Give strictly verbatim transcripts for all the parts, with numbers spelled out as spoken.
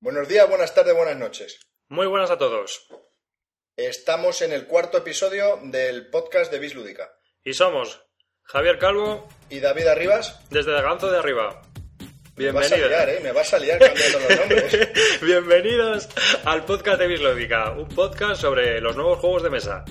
Buenos días, buenas tardes, buenas noches. Muy buenas a todos. Estamos en el cuarto episodio del podcast de Bis Lúdica. Y somos Javier Calvo y David Arribas. Desde el Ganzo de Arriba. Bienvenidos. Me vas a liar, ¿eh? Me vas a liar cambiando los nombres. Bienvenidos al podcast de Bis Lúdica, un podcast sobre los nuevos juegos de mesa.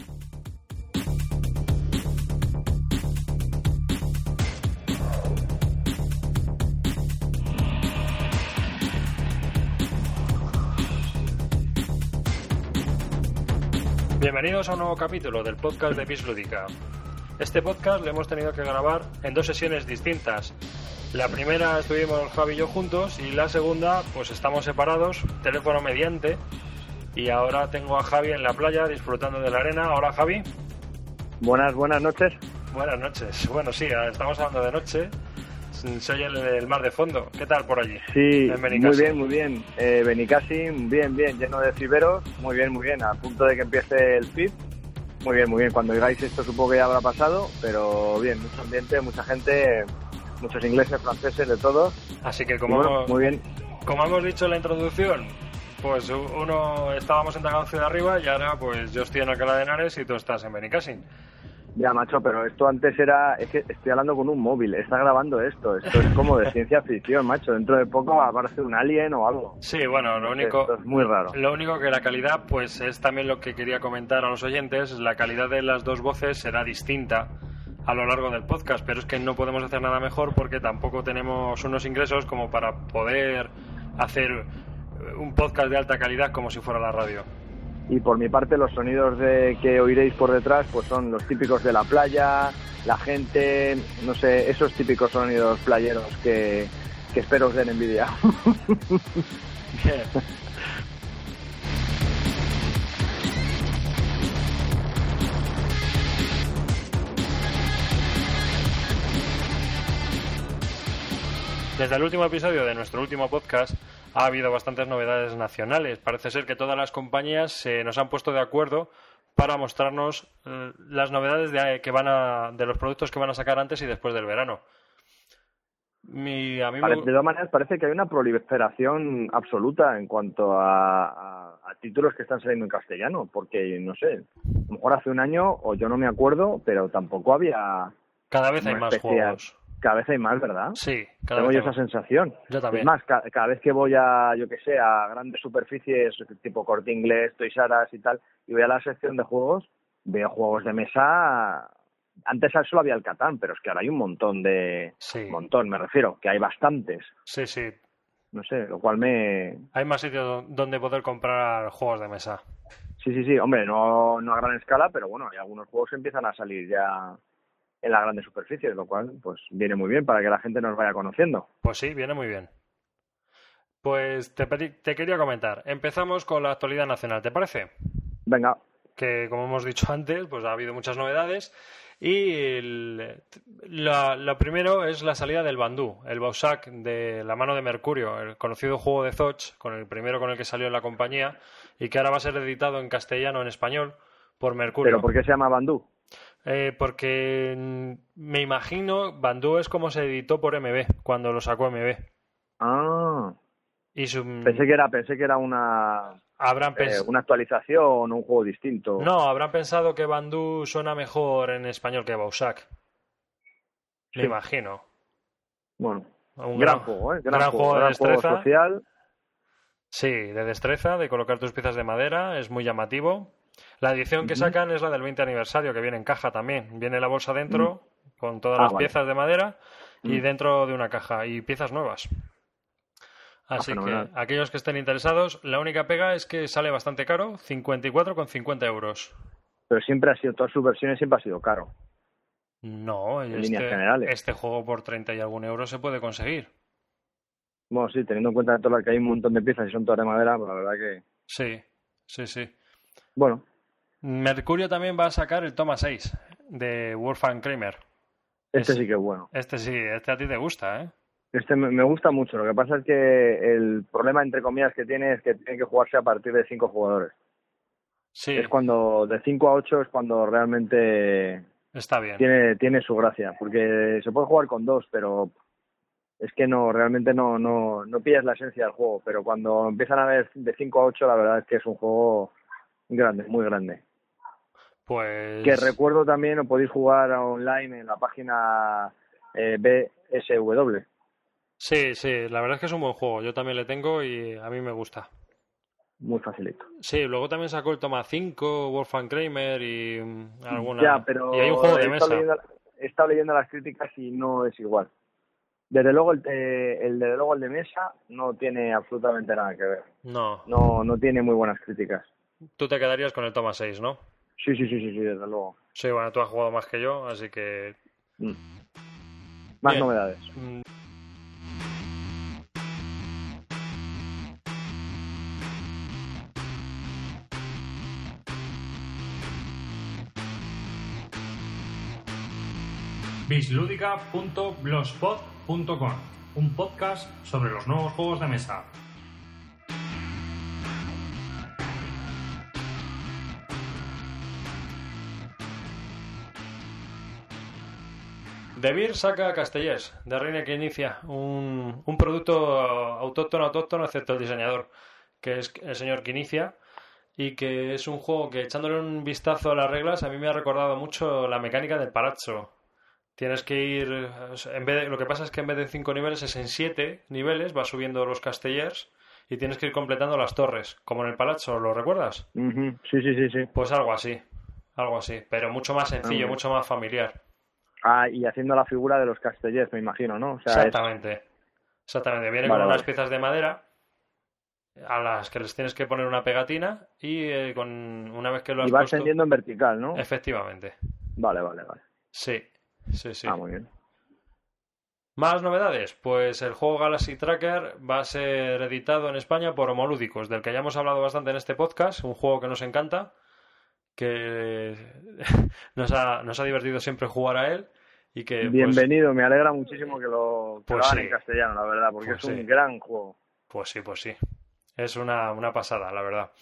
Bienvenidos a un nuevo capítulo del podcast de Bis Lúdica. Este podcast lo hemos tenido que grabar en dos sesiones distintas. La primera estuvimos Javi y yo juntos y la segunda pues estamos separados, teléfono mediante, y ahora tengo a Javi en la playa disfrutando de la arena. Hola, Javi. Buenas, buenas noches. Buenas noches. Bueno, sí, estamos hablando de noche. Se oye el, el mar de fondo. ¿Qué tal por allí? Sí, muy bien, muy bien. Eh, Benicàssim, bien, bien, lleno de ciberos. Muy bien, muy bien. A punto de que empiece el F I B. Muy bien, muy bien. Cuando digáis esto supongo que ya habrá pasado, pero bien, mucho ambiente, mucha gente, muchos ingleses, franceses, de todos. Así que como, bueno, hemos, muy bien. como hemos dicho en la introducción, pues uno estábamos en Tagancio de Arriba y ahora pues yo estoy en Alcalá de Henares y tú estás en Benicàssim. Ya, macho, pero esto antes era... Es que estoy hablando con un móvil, está grabando esto. Esto es como de ciencia ficción, macho. Dentro de poco va a aparecer un alien o algo. Sí, bueno, lo único... Esto es muy raro. Lo único que la calidad, pues es también lo que quería comentar a los oyentes. La calidad de las dos voces será distinta a lo largo del podcast, pero es que no podemos hacer nada mejor porque tampoco tenemos unos ingresos como para poder hacer un podcast de alta calidad como si fuera la radio. Y por mi parte los sonidos de que oiréis por detrás pues son los típicos de la playa, la gente, no sé, esos típicos sonidos playeros que, que espero os den envidia. Bien. Desde el último episodio de nuestro último podcast ha habido bastantes novedades nacionales. Parece ser que todas las compañías se eh, nos han puesto de acuerdo para mostrarnos eh, las novedades de, que van a, de los productos que van a sacar antes y después del verano. Mi amigo... De todas maneras, parece que hay una proliferación absoluta en cuanto a, a, a títulos que están saliendo en castellano, porque, no sé, a lo mejor hace un año, o yo no me acuerdo, pero tampoco había... Cada vez hay más especial... juegos. Cada vez hay más, ¿verdad? Sí, cada Tengo vez yo hay esa más. sensación. Yo también. Es más, ca cada vez que voy a, yo que sé, a grandes superficies, tipo Corte Inglés, Toys R Us y tal, y voy a la sección de juegos, veo juegos de mesa. Antes solo había el Catán, pero es que ahora hay un montón de... Sí. Un montón, me refiero, que hay bastantes. Sí, sí. No sé, lo cual me... Hay más sitios donde poder comprar juegos de mesa. Sí, sí, sí. Hombre, no, no a gran escala, pero bueno, hay algunos juegos que empiezan a salir ya en las grandes superficies, lo cual pues viene muy bien para que la gente nos vaya conociendo. Pues sí, viene muy bien. Pues te, te quería comentar. Empezamos con la actualidad nacional, ¿te parece? Venga. Que como hemos dicho antes, pues ha habido muchas novedades. Y el, la, lo primero es la salida del Bandú, el Bausac de la mano de Mercurio, el conocido juego de Zoch, con el primero con el que salió en la compañía, y que ahora va a ser editado en castellano, en español, por Mercurio. ¿Pero por qué se llama Bandú? Eh, porque me imagino Bandú es como se editó por M B cuando lo sacó M B. Ah. Y su... Pensé que era, pensé que era una habrán pens... eh, una actualización o un juego distinto. No, habrán pensado que Bandú suena mejor en español que Bausac. Me sí. imagino. Bueno, un gran, gran juego, ¿eh? Gran, gran juego, juego de gran destreza. Juego social. Sí, de destreza, de colocar tus piezas de madera, es muy llamativo. La edición que Uh-huh. sacan es la del veinte aniversario, que viene en caja también. Viene la bolsa dentro, uh-huh. con todas ah, las vale. piezas de madera, y uh-huh. dentro de una caja, y piezas nuevas. Así ah, que aquellos que estén interesados, la única pega es que sale bastante caro, cincuenta y cuatro con cincuenta euros. Pero siempre ha sido, todas sus versiones siempre ha sido caro. No, en este, líneas generales. Este juego por treinta y algún euros se puede conseguir. Bueno, sí, teniendo en cuenta que hay un montón de piezas y son todas de madera, pues la verdad que... Sí, sí, sí. Bueno. Mercurio también va a sacar el Toma seis de Wolfgang Kramer. Este es, sí que es bueno. Este sí, este a ti te gusta, ¿eh? Este me, me gusta mucho. Lo que pasa es que el problema, entre comillas, que tiene es que tiene que jugarse a partir de cinco jugadores. Sí. Es cuando, de cinco a ocho es cuando realmente está bien. Tiene, tiene su gracia, porque se puede jugar con dos, pero es que no, realmente no, no, no pillas la esencia del juego, pero cuando empiezan a ver de cinco a ocho, la verdad es que es un juego grande, muy grande. Pues... Que recuerdo también, lo podéis jugar online en la página eh, B S W. Sí, sí, la verdad es que es un buen juego. Yo también le tengo y a mí me gusta. Muy facilito. Sí, luego también sacó el Toma cinco, Wolfgang Kramer y mm, alguna... Ya, pero y hay un juego de he mesa. estado leyendo, he estado leyendo las críticas y no es igual. Desde luego el, eh, el desde luego el de mesa no tiene absolutamente nada que ver. No. No, no tiene muy buenas críticas. Tú te quedarías con el Toma seis, ¿no? Sí, sí, sí, sí, sí, desde luego. Sí, bueno, tú has jugado más que yo, así que... Mm. Más Bien. novedades. Mm. bislúdica punto blogspot punto com, un podcast sobre los nuevos juegos de mesa. De Beer saca Castellers, de Reine que inicia, un, un producto autóctono, autóctono, excepto el diseñador, que es el señor Quinicia, y que es un juego que, echándole un vistazo a las reglas, a mí me ha recordado mucho la mecánica del Palazzo. Tienes que ir, en vez de, lo que pasa es que en vez de cinco niveles es en siete niveles, vas subiendo los Castellers y tienes que ir completando las torres, como en el Palazzo, ¿lo recuerdas? Uh-huh. Sí, sí, sí, sí. Pues algo así, algo así, pero mucho más sencillo, Uh-huh. mucho más familiar. Ah, y haciendo la figura de los castellers, me imagino, ¿no? O sea, Exactamente, es... exactamente. Viene vale, con vale. unas piezas de madera a las que les tienes que poner una pegatina y eh, con una vez que lo has y vas puesto... tendiendo en vertical, ¿no? Efectivamente. Vale, vale, vale. Sí, sí, sí. Ah, muy bien. ¿Más novedades? Pues el juego Galaxy Tracker va a ser editado en España por Homolúdicos, del que ya hemos hablado bastante en este podcast, un juego que nos encanta, que nos ha, nos ha divertido siempre jugar a él y que... Bienvenido, pues, me alegra muchísimo que lo, que pues lo hagan sí. en castellano, la verdad, porque Pues es un sí. gran juego. Pues sí, pues sí. Es una, una pasada, la verdad.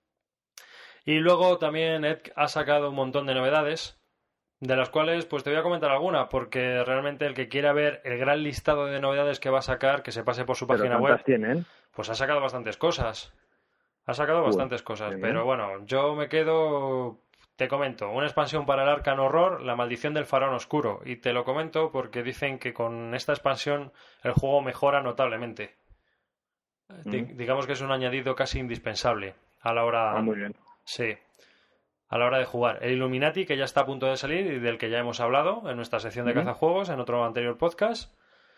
Y luego también Ed ha sacado un montón de novedades, de las cuales pues te voy a comentar alguna, porque realmente el que quiera ver el gran listado de novedades que va a sacar, que se pase por su Pero página ¿cuántas web, tienen? pues ha sacado bastantes cosas. Ha sacado Uy, bastantes cosas, bien, pero bien. bueno, yo me quedo... Te comento, una expansión para el Arcan Horror, La Maldición del Faraón Oscuro, y te lo comento porque dicen que con esta expansión el juego mejora notablemente. Di- Mm. digamos que es un añadido casi indispensable a la hora... Ah, muy bien. Sí, a la hora de jugar. El Illuminati, que ya está a punto de salir y del que ya hemos hablado en nuestra sección de Ujú. cazajuegos, en otro anterior podcast.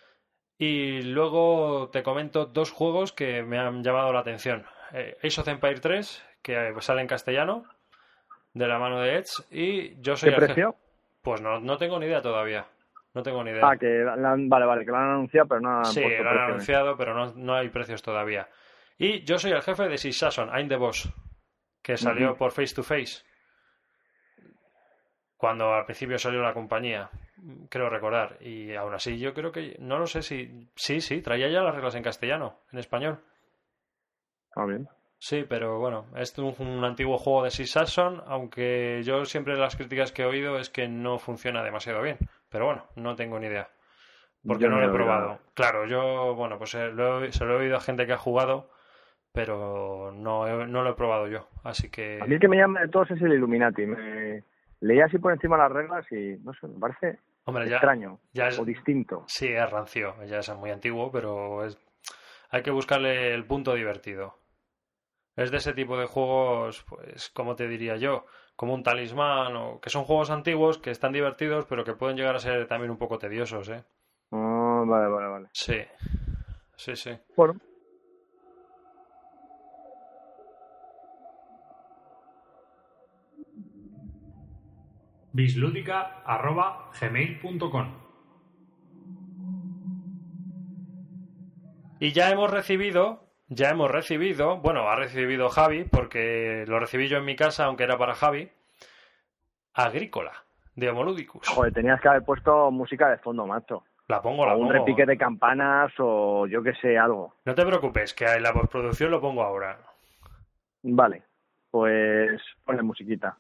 Y luego te comento dos juegos que me han llamado la atención. Eh, Age of Empires tres, que sale en castellano, de la mano de Edge, y yo soy ¿Qué el je- precio? Pues no, no tengo ni idea todavía. No tengo ni idea. Ah, que la, la han- vale, vale, que lo han anunciado, pero no han Sí, puesto lo han precio. anunciado, pero no, no hay precios todavía. Y yo soy el jefe de Six Sasson, I'm the Boss, que salió Ujú. por Face to Face. Cuando al principio salió la compañía, creo recordar. Y aún así, yo creo que... No lo sé si... Sí, sí, traía ya las reglas en castellano, en español. Ah, bien. Sí, pero bueno, es un, un antiguo juego de Six Sasson, aunque yo siempre las críticas que he oído es que no funciona demasiado bien. Pero bueno, no tengo ni idea. Porque Yo no no lo he lo he probado. oído. Claro, yo, bueno, pues eh, lo he- se lo he oído a gente que ha jugado, pero no, he- no lo he probado yo. Así que... A mí el que me llama de todos es el Illuminati. Me leía así por encima las reglas y, no sé, me parece Hombre, ya, extraño ya es- o distinto. Sí, es rancio, ya es muy antiguo, pero es... hay que buscarle el punto divertido. Es de ese tipo de juegos, pues, como te diría yo, como un talismán, o que son juegos antiguos que están divertidos, pero que pueden llegar a ser también un poco tediosos, ¿eh? Ah, vale, vale, vale. Sí, sí, sí. Bueno, bislúdica arroba gmail punto com. Y ya hemos recibido, ya hemos recibido, bueno, ha recibido Javi, porque lo recibí yo en mi casa, aunque era para Javi, Agrícola, de Homoludicus. joder, tenías que haber puesto música de fondo, macho. La pongo, la O un pongo. repique de campanas o yo que sé, algo. No te preocupes, que en la postproducción lo pongo ahora. Vale, pues ponle musiquita.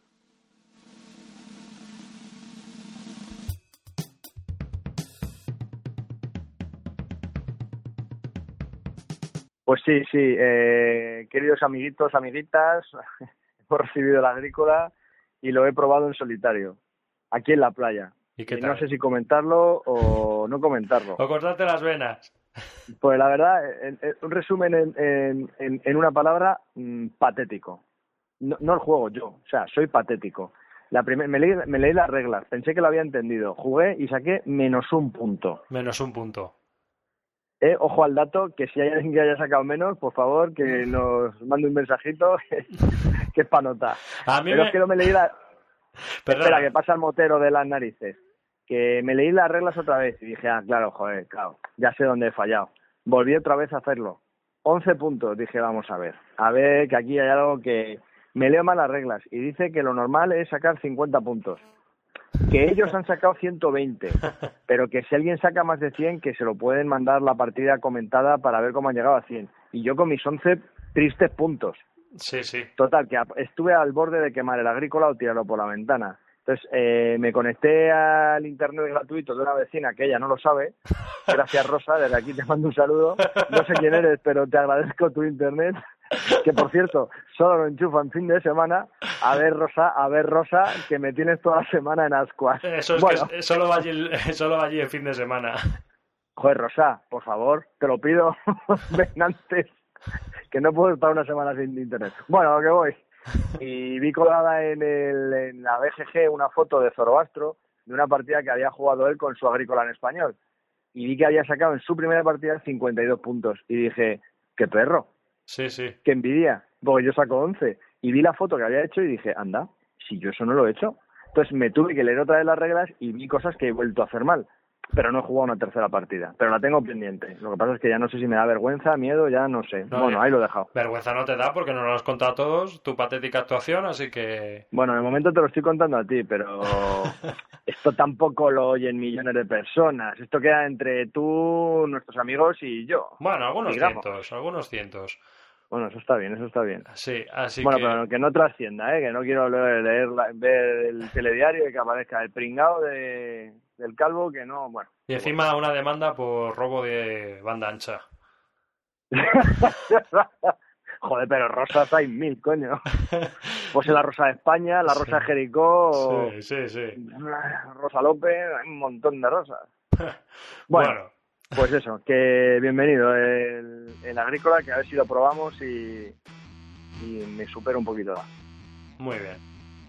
Pues sí, sí, eh, queridos amiguitos, amiguitas, hemos recibido el Agrícola y lo he probado en solitario, aquí en la playa. ¿Y qué y tal? No sé si comentarlo o no comentarlo. O cortarte las venas. Pues la verdad, en, en, un resumen en, en, en, en una palabra, mmm, patético. No, no el juego yo, o sea, soy patético. La primer, me, leí, me leí las reglas, pensé que lo había entendido, jugué y saqué menos un punto. Menos un punto. Eh, ojo al dato, que si hay alguien que haya sacado menos, por favor, que nos mande un mensajito, que es para notar. A mí Pero me... es que no me leí la... Perdona. Espera, que pasa el motero de las narices. Que me leí las reglas otra vez y dije, ah, claro, joder, claro, ya sé dónde he fallado. Volví otra vez a hacerlo. once puntos, dije, vamos a ver. A ver, que aquí hay algo que... Me leo mal las reglas y dice que lo normal es sacar cincuenta puntos. Que ellos han sacado ciento veinte, pero que si alguien saca más de cien, que se lo pueden mandar la partida comentada para ver cómo han llegado a cien. Y yo con mis once tristes puntos. Sí, sí. Total, que estuve al borde de quemar el Agrícola o tirarlo por la ventana. Entonces eh, me conecté al internet gratuito de una vecina que ella no lo sabe. Gracias, Rosa, desde aquí te mando un saludo. No sé quién eres, pero te agradezco tu internet. Que, por cierto, solo lo enchufo en fin de semana. A ver, Rosa, a ver, Rosa, que me tienes toda la semana en ascuas. Eso es bueno. Que solo va, allí, solo va allí el fin de semana. Joder, Rosa, por favor, te lo pido. Ven antes, que no puedo estar una semana sin internet. Bueno, a lo que voy. Y vi colgada en, el, en la B G G una foto de Zoroastro de una partida que había jugado él con su Agrícola en español. Y vi que había sacado en su primera partida cincuenta y dos puntos. Y dije, qué perro. Sí, sí. Qué envidia, porque yo saco once. Y vi la foto que había hecho y dije, anda, si yo eso no lo he hecho. Entonces me tuve que leer otra vez las reglas y vi cosas que he vuelto a hacer mal. Pero no he jugado una tercera partida. Pero la tengo pendiente. Lo que pasa es que ya no sé si me da vergüenza, miedo, ya no sé. No, bueno, ahí lo he dejado. Vergüenza no te da porque no lo has contado a todos, tu patética actuación, así que... Bueno, en el momento te lo estoy contando a ti, pero esto tampoco lo oyen millones de personas. Esto queda entre tú, nuestros amigos y yo. Bueno, algunos digamos. cientos, algunos cientos. Bueno, eso está bien, eso está bien. Sí, así bueno, que... Bueno, pero que no trascienda, ¿eh? Que no quiero leer, leer la, ver el telediario y que aparezca el pringao de, del calvo, que no, bueno. Y encima bueno. Una demanda por robo de banda ancha. Joder, pero rosas hay mil, coño. Pues en la Rosa de España, la Rosa sí. de Jericó... Sí, sí, sí. Rosa López, hay un montón de rosas. Bueno... bueno. Pues eso, que bienvenido el, el Agrícola, que a ver si lo probamos y, y me supero un poquito. Muy bien.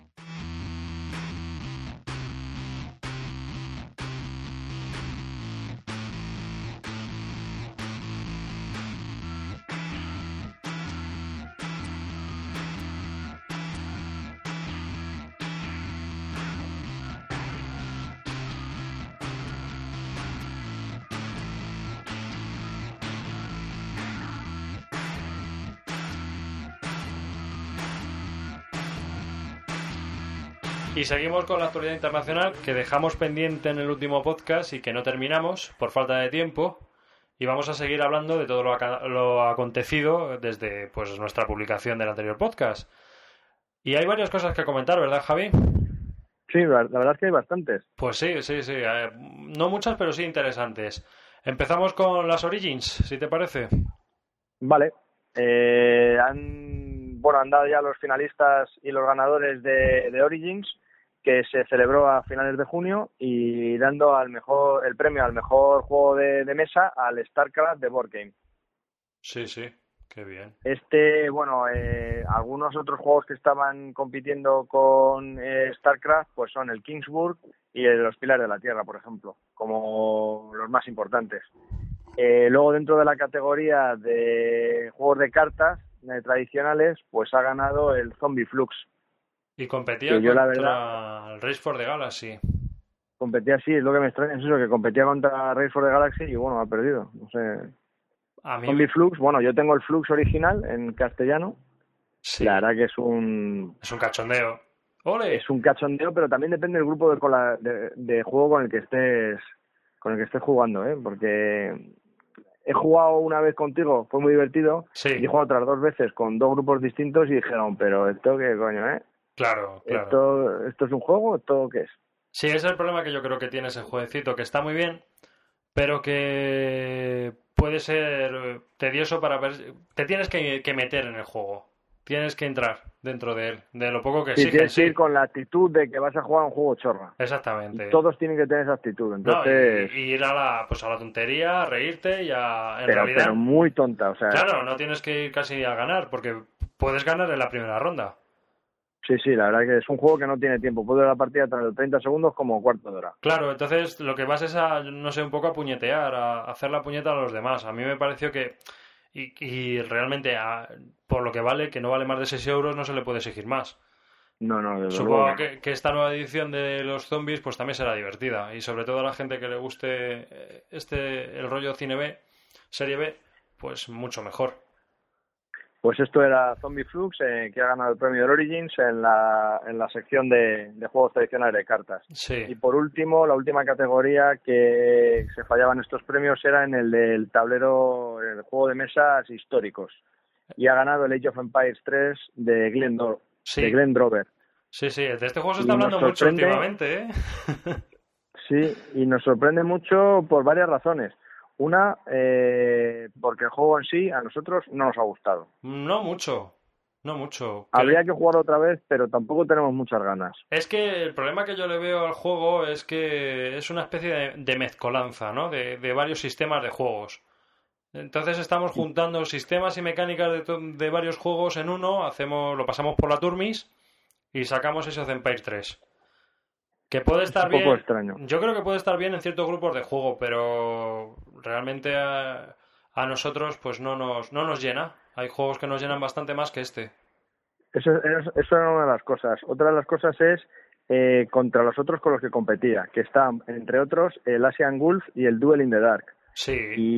Y seguimos con la actualidad internacional que dejamos pendiente en el último podcast y que no terminamos por falta de tiempo. Y vamos a seguir hablando de todo lo, ac- lo acontecido desde pues nuestra publicación del anterior podcast. Y hay varias cosas que comentar, ¿verdad, Javi? Sí, la, la verdad es que hay bastantes. Pues sí, sí, sí. Eh, no muchas, pero sí interesantes. Empezamos con las Origins, si te parece. Vale. Eh, han, bueno, han dado ya los finalistas y los ganadores de, de Origins, que se celebró a finales de junio, y dando al mejor el premio al mejor juego de, de mesa al StarCraft de Board Game. Sí, sí, qué bien. Este, bueno, eh, algunos otros juegos que estaban compitiendo con eh, StarCraft, pues son el Kingsburg y el Los Pilares de la Tierra, por ejemplo, como los más importantes. Eh, luego, dentro de la categoría de juegos de cartas eh, tradicionales, pues ha ganado el Zombie Flux. Y competía yo, contra verdad, el Race for the Galaxy. Competía, sí, es lo que me extraña, es eso, que competía contra Race for the Galaxy y bueno, ha perdido. No sé. A mí... Zombie Flux, bueno, yo tengo el Flux original en castellano. Sí. La verdad que es un... Es un cachondeo. ¡Ole! Es un cachondeo, pero también depende del grupo de, cola, de, de juego con el que estés con el que estés jugando, ¿eh? Porque he jugado una vez contigo, fue muy divertido. Sí. Y he jugado otras dos veces con dos grupos distintos y dijeron, pero esto qué coño, ¿eh? Claro, claro. ¿Esto, esto es un juego? ¿Esto qué es? Sí, ese es el problema que yo creo que tiene ese jueguecito, que está muy bien, pero que puede ser tedioso para ver. Te tienes que, que meter en el juego. Tienes que entrar dentro de él, de lo poco que Sí, exige. tienes que Sí. ir con la actitud de que vas a jugar un juego chorra. Exactamente. Y todos tienen que tener esa actitud. No, Entonces, y, y ir a la, pues a la tontería, a reírte y a... En pero, realidad, pero muy tonta. O sea, claro, no tienes que ir casi a ganar, porque puedes ganar en la primera ronda. sí, sí, la verdad que es un juego que no tiene tiempo. Puede ver la partida tanto treinta segundos como cuarto de hora. Claro, entonces lo que vas es a, no sé, un poco a puñetear, a hacer la puñeta a los demás. A mí me pareció que... Y, y realmente, a- por lo que vale, que no vale más de seis euros, no se le puede exigir más. No, no, desde Supongo luego. que, que esta nueva edición de los zombies pues también será divertida. Y sobre todo a la gente que le guste eh, este el rollo cine B, serie B, pues mucho mejor. Pues esto era Zombie Flux, eh, que ha ganado el premio del Origins en la, en la sección de, de juegos tradicionales de cartas. Y Sí, por último, la última categoría que se fallaban estos premios era en el del tablero, el juego de mesas históricos. Y ha ganado el Age of Empires tres de Glenn, Do- sí, de Glenn Drover. sí, sí. De este juego se Y está nos hablando mucho sorprende- últimamente, ¿eh? Sí, y nos sorprende mucho por varias razones. Una, eh, porque el juego en sí a nosotros no nos ha gustado. No mucho, no mucho. Habría que jugar otra vez, pero tampoco tenemos muchas ganas. Es que el problema que yo le veo al juego es que es una especie de, de mezcolanza, ¿no? De, de varios sistemas de juegos. Entonces estamos juntando sistemas y mecánicas de, to- de varios juegos en uno, hacemos, lo pasamos por la Turmis y sacamos Age of Empires tres. Que puede estar un poco bien. extraño. Yo creo que puede estar bien en ciertos grupos de juego, pero realmente a, a nosotros pues no nos, no nos llena. Hay juegos que nos llenan bastante más que este. Eso, eso, eso era una de las cosas. Otra de las cosas es eh, contra los otros con los que competía, que están, entre otros, el Asian Gulf y el Duel in the Dark. Sí.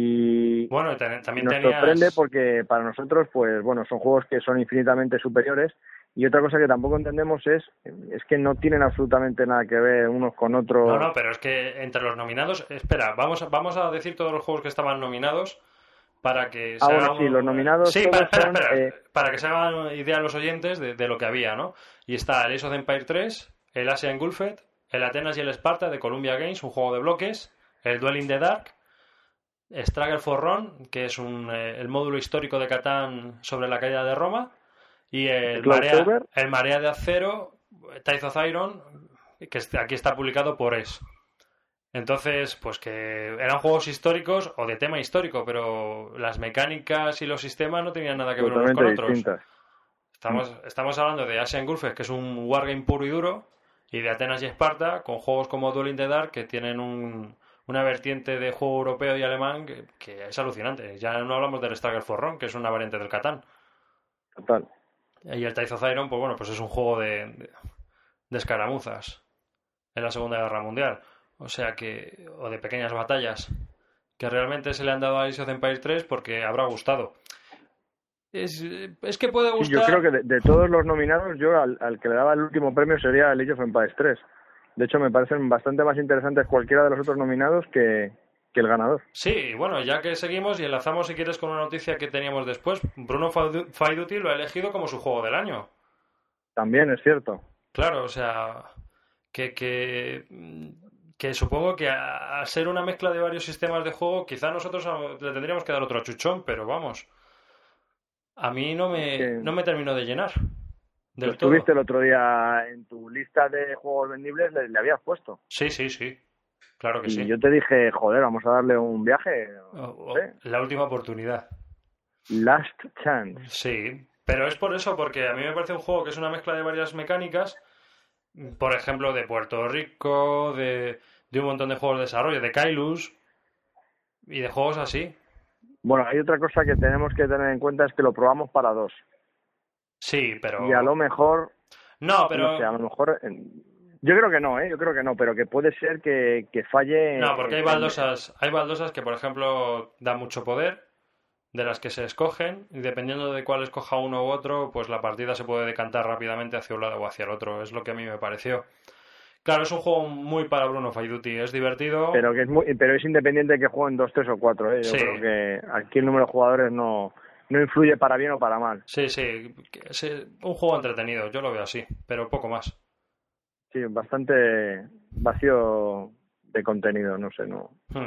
Y Bueno, ten- también nos tenías... sorprende porque para nosotros, pues bueno, son juegos que son infinitamente superiores. Y otra cosa que tampoco entendemos es, es que no tienen absolutamente nada que ver unos con otros. No, no, pero es que entre los nominados... Espera, vamos a, vamos a decir todos los juegos que estaban nominados para que se Ah, bueno, hagan- sí, los nominados Sí, todos para, espera, son, espera, eh, para que se hagan idea los oyentes de, de lo que había, ¿no? Y está el Age of Empire tres, el Asia Engulfed, el Atenas y el Sparta de Columbia Games, un juego de bloques, el Duel in the Dark, Struggle for Rome, que es un, eh, el módulo histórico de Catán sobre la caída de Roma, y el Cloud Marea, Cover. el Marea de Acero, Tides of Iron, que est- aquí está publicado por E S. Entonces, pues que eran juegos históricos o de tema histórico, pero las mecánicas y los sistemas no tenían nada que ver unos con totalmente otros. distintas. Estamos, estamos hablando de Asia Engulfed, que es un wargame puro y duro, y de Atenas y Esparta, con juegos como Duel in the Dark, que tienen un, una vertiente de juego europeo y alemán que, que es alucinante. Ya no hablamos del Struggle for Rome, que es una variante del Catán. Total. Y el Tides of Iron, pues bueno, pues es un juego de, de, de escaramuzas en la Segunda Guerra Mundial. O sea que, o de pequeñas batallas, que realmente se le han dado a Age of Empires tres porque habrá gustado. Es, es que puede Sí, gustar... yo creo que de, de todos los nominados, yo al, al que le daba el último premio sería el Age of Empires tres. De hecho, me parecen bastante más interesantes cualquiera de los otros nominados que, que el ganador. Sí, y bueno, ya que seguimos y enlazamos si quieres con una noticia que teníamos después, Bruno Faidu- Faiduti lo ha elegido como su juego del año. También es cierto. Claro, o sea, que, que, que supongo que a, a ser una mezcla de varios sistemas de juego, quizá nosotros a- le tendríamos que dar otro chuchón, pero vamos, a mí no me, Que- no me terminó de llenar Lo del todo. estuviste el otro día en tu lista de juegos vendibles, le, le habías puesto. Sí, sí, sí, claro que Y sí. yo te dije, joder, vamos a darle un viaje. O- No o- sé. la última oportunidad. Last Chance. Sí, pero es por eso, porque a mí me parece un juego que es una mezcla de varias mecánicas, por ejemplo, de Puerto Rico, de, de un montón de juegos de desarrollo, de Kailus y de juegos así. Bueno, hay otra cosa que tenemos que tener en cuenta, es que lo probamos para dos. Sí, pero... Y a lo mejor, No, pero... no sé, a lo mejor... eh, Yo creo que no, ¿eh? Yo creo que no, pero que puede ser que, que falle... No, porque hay en- baldosas, hay baldosas que, por ejemplo, dan mucho poder, de las que se escogen, y dependiendo de cuál escoja uno u otro, pues la partida se puede decantar rápidamente hacia un lado o hacia el otro. Es lo que a mí me pareció. Claro, es un juego muy para Bruno Faiduti, es divertido. Pero que es muy, pero es independiente de que jueguen dos, tres o cuatro, ¿eh? Yo Sí. creo que aquí el número de jugadores no, no influye para bien o para mal. Sí, sí, que es un juego entretenido, yo lo veo así, pero poco más. Sí, bastante vacío de contenido, no sé, no. Hmm.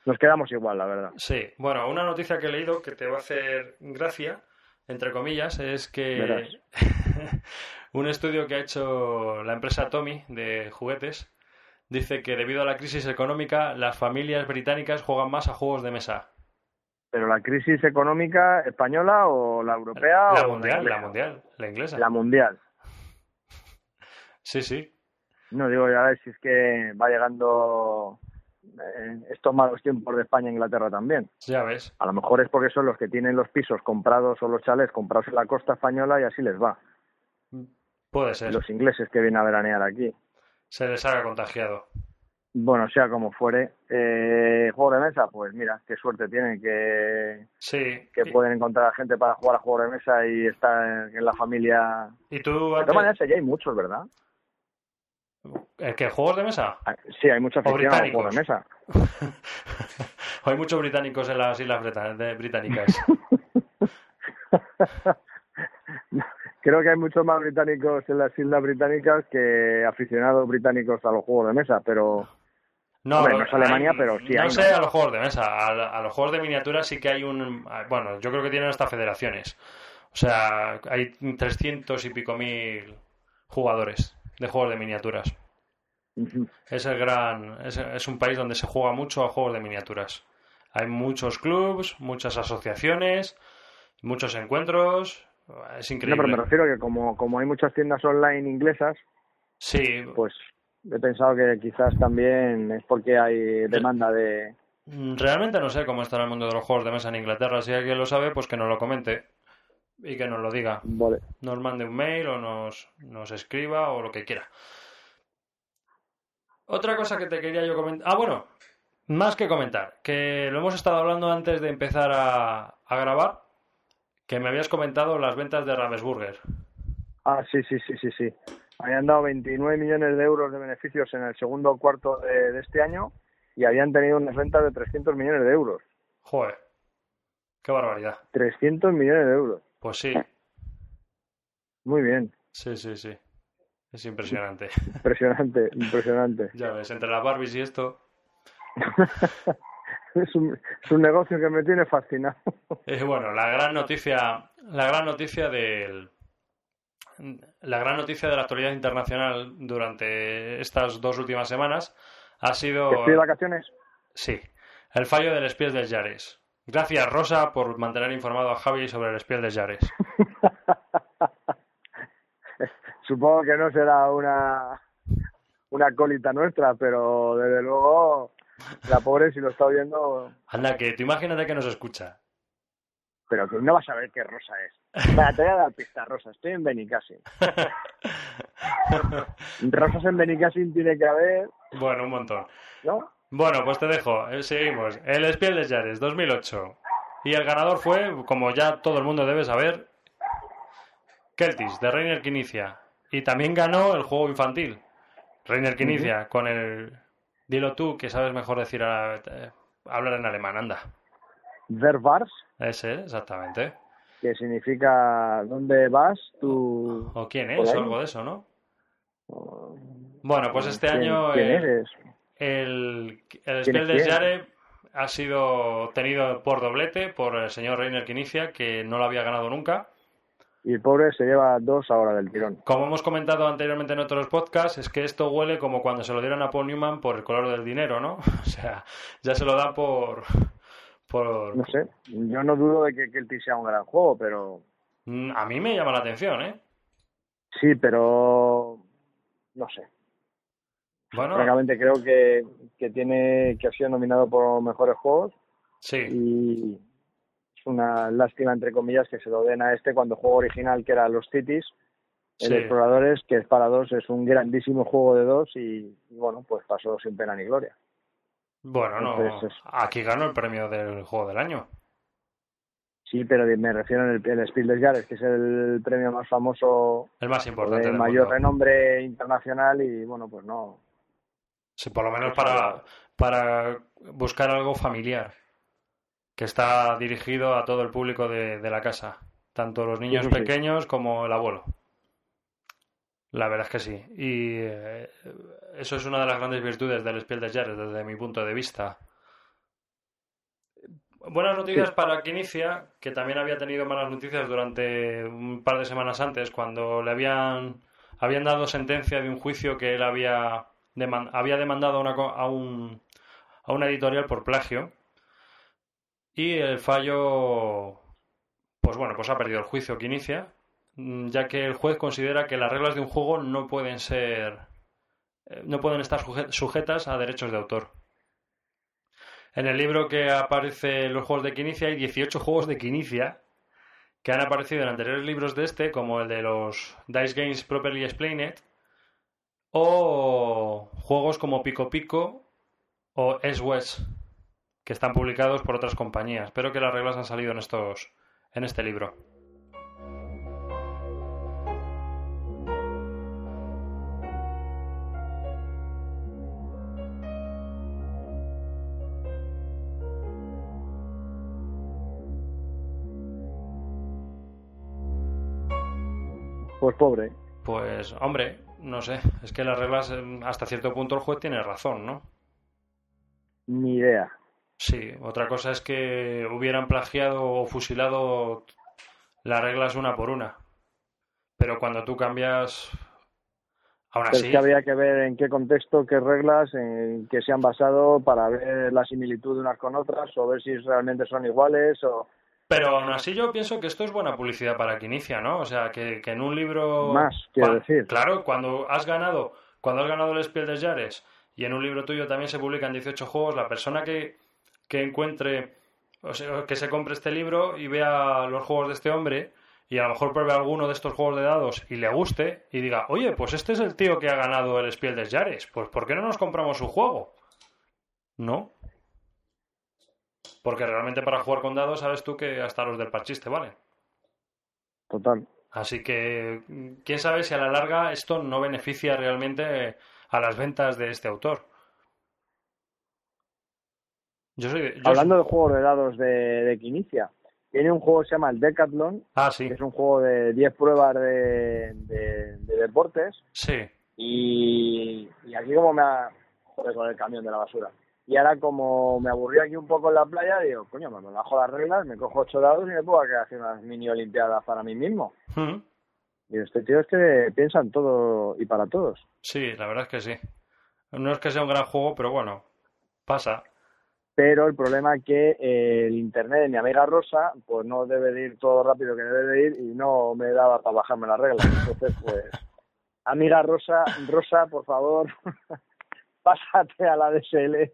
Nos quedamos igual, la verdad. Sí, bueno, una noticia que he leído que te va a hacer gracia, entre comillas, es que un estudio que ha hecho la empresa Tommy de juguetes dice que debido a la crisis económica las familias británicas juegan más a juegos de mesa. ¿Pero la crisis económica española o la europea? La o mundial, la, la mundial, la inglesa. La mundial. Sí, sí. No, digo, ya ver si es que va llegando eh, estos malos tiempos de España e Inglaterra también. Ya ves. A lo mejor es porque son los que tienen los pisos comprados o los chalets comprados en la costa española y así les va. Puede ser. Los ingleses que vienen a veranear aquí. Se les haga contagiado. Bueno, sea como fuere. Eh, juego de mesa, pues mira, qué suerte tienen que, sí. que pueden encontrar a gente para jugar a juegos de mesa y estar en, en la familia. Y tú, de todas maneras, allí hay muchos, ¿verdad? ¿El qué? ¿Juegos de mesa? Sí, hay mucha afición a los juegos de mesa. Hay muchos británicos en las islas británicas. Creo que hay muchos más británicos en las islas británicas que aficionados británicos a los juegos de mesa, pero no, hombre, no es Alemania, hay, pero sí no hay. sé ¿no? a los juegos de mesa, a, a los juegos de miniaturas sí que hay un, bueno, yo creo que tienen hasta federaciones. O sea, hay trescientos y pico mil jugadores de juegos de miniaturas. Uh-huh. Es el gran, es, es un país donde se juega mucho a juegos de miniaturas. Hay muchos clubs, muchas asociaciones, muchos encuentros. Es increíble. No, pero me refiero que como, como hay muchas tiendas online inglesas, sí, pues he pensado que quizás también es porque hay demanda de... Realmente no sé cómo está el mundo de los juegos de mesa en Inglaterra. Si alguien lo sabe, pues que nos lo comente y que nos lo diga. Vale. Nos mande un mail o nos, nos escriba o lo que quiera. Otra cosa que te quería yo comentar... Ah, bueno, más que comentar, que lo hemos estado hablando antes de empezar a, a grabar, que me habías comentado las ventas de Ravensburger. Ah, sí, sí, sí, sí, sí. Habían dado veintinueve millones de euros de beneficios en el segundo cuarto de, de este año y habían tenido unas ventas de trescientos millones de euros. Joder, qué barbaridad. trescientos millones de euros. Pues sí. Muy bien. Sí, sí, sí. Es impresionante. Impresionante, impresionante. Ya ves, entre las Barbies y esto... es, un, es un negocio que me tiene fascinado. Eh, bueno, la gran noticia, la gran noticia del... La gran noticia de la actualidad internacional durante estas dos últimas semanas ha sido... ¿Estoy de vacaciones? Sí, el fallo del Spiel des Jahres. Gracias, Rosa, por mantener informado a Javi sobre el Spiel des Jahres. Supongo que no será una una acólita nuestra, pero desde luego la pobre si lo está oyendo... Anda, que tú imagínate que nos escucha. Pero que no vas a ver qué Rosa es. Vaya, te voy a dar pista, Rosa. Estoy en Benicassim. Rosas en Benicassim tiene que haber... Bueno, un montón. ¿No? Bueno, pues te dejo. Seguimos. El Spiel des Jahres dos mil ocho. Y el ganador fue, como ya todo el mundo debe saber, Keltis, de Reiner Knizia. Y también ganó el juego infantil. Reiner Knizia, uh-huh. Con el... Dilo tú, que sabes mejor decir a... hablar en alemán, anda. Wer war's? Ese, exactamente. Que significa ¿dónde vas? Tú... O, o quién es, o algo de eso, ¿no? O... Bueno, pues este ¿Quién, año... ¿quién eh, eres? El, el Spiel des Jahres ha sido obtenido por doblete por el señor Reiner Knizia, que no lo había ganado nunca. Y el pobre se lleva dos ahora del tirón. Como hemos comentado anteriormente en otros podcasts, es que esto huele como cuando se lo dieron a Paul Newman por el color del dinero, ¿no? O sea, ya se lo dan por... por... No sé, yo no dudo de que Keltis sea un gran juego, pero... A mí me llama la atención, ¿eh? Sí, pero... no sé. Bueno... Francamente creo que, que tiene que ha sido nominado por mejores juegos. Sí. Y... una lástima, entre comillas, que se lo den a este cuando el juego original, que era Los Cities, el sí. Exploradores, que es para dos, es un grandísimo juego de dos y, y bueno, pues pasó sin pena ni gloria. Bueno, Entonces, no, es... aquí ganó el premio del juego del año. Sí, pero me refiero al el Spiel des Jahres, que es el premio más famoso, el más importante, de del mayor mundo. Renombre internacional y bueno, pues no. Sí, por lo menos para, para buscar algo familiar, que está dirigido a todo el público de, de la casa, tanto los niños sí, sí, pequeños sí. como el abuelo. La verdad es que sí. Y eh, eso es una de las grandes virtudes del Spiel des Jahres desde mi punto de vista. buenas noticias para Quinicia, que también había tenido malas noticias durante un par de semanas antes, cuando le habían, habían dado sentencia de un juicio que él había, deman- había demandado a una, co- a, un, a una editorial por plagio. Y el fallo, pues bueno, pues ha perdido el juicio Quinicia, mm, ya que el juez considera que las reglas de un juego no pueden ser, eh, no pueden estar suje- sujetas a derechos de autor. En el libro que aparece los juegos de Quinicia hay dieciocho juegos de Quinicia que han aparecido en anteriores libros de este, como el de los Dice Games Properly Explained, o juegos como Pico Pico o S-West, que están publicados por otras compañías, pero que las reglas han salido en estos, en este libro. Pues pobre. Pues, hombre, no sé, es que las reglas, eh, hasta cierto punto el juez tiene razón, ¿no? Ni idea. Sí, otra cosa es que hubieran plagiado o fusilado las reglas una por una. Pero cuando tú cambias, aún Pero así... es que habría que ver en qué contexto, qué reglas, en qué se han basado para ver la similitud de unas con otras o ver si realmente son iguales o Pero aún así yo pienso que esto es buena publicidad para Quinicia, ¿no? O sea, que, que en un libro... más, quiero Cuan- decir. Claro, cuando has ganado, cuando has ganado el Spiel des Jahres y en un libro tuyo también se publican dieciocho juegos, la persona que, que encuentre, o sea, que se compre este libro y vea los juegos de este hombre y a lo mejor pruebe alguno de estos juegos de dados y le guste y diga, oye, pues este es el tío que ha ganado el Spiel des Jahres, pues ¿por qué no nos compramos su juego? ¿No? Porque realmente para jugar con dados sabes tú que hasta los del parchiste valen. Total. Así que quién sabe si a la larga esto no beneficia realmente a las ventas de este autor. Yo soy... Yo Hablando soy... de juegos de dados de, de Quinicia, tiene un juego que se llama el Decathlon, Ah, sí. que es un juego de diez pruebas de, de, de deportes. Sí. Y, y aquí como me ha... Joder, con el camión de la basura. Y ahora como me aburrí aquí un poco en la playa, digo, coño, me bajo las reglas, me cojo ocho dados y me puedo hacer unas mini olimpiadas para mí mismo. Mm. Y este tío es que piensa en todo y para todos. Sí, la verdad es que sí. No es que sea un gran juego, pero bueno, pasa. Pero el problema es que eh, el internet de mi amiga Rosa, pues no debe de ir todo rápido que debe de ir y no me daba para bajarme las reglas. Entonces, pues, amiga Rosa, Rosa, por favor, pásate a la D S L.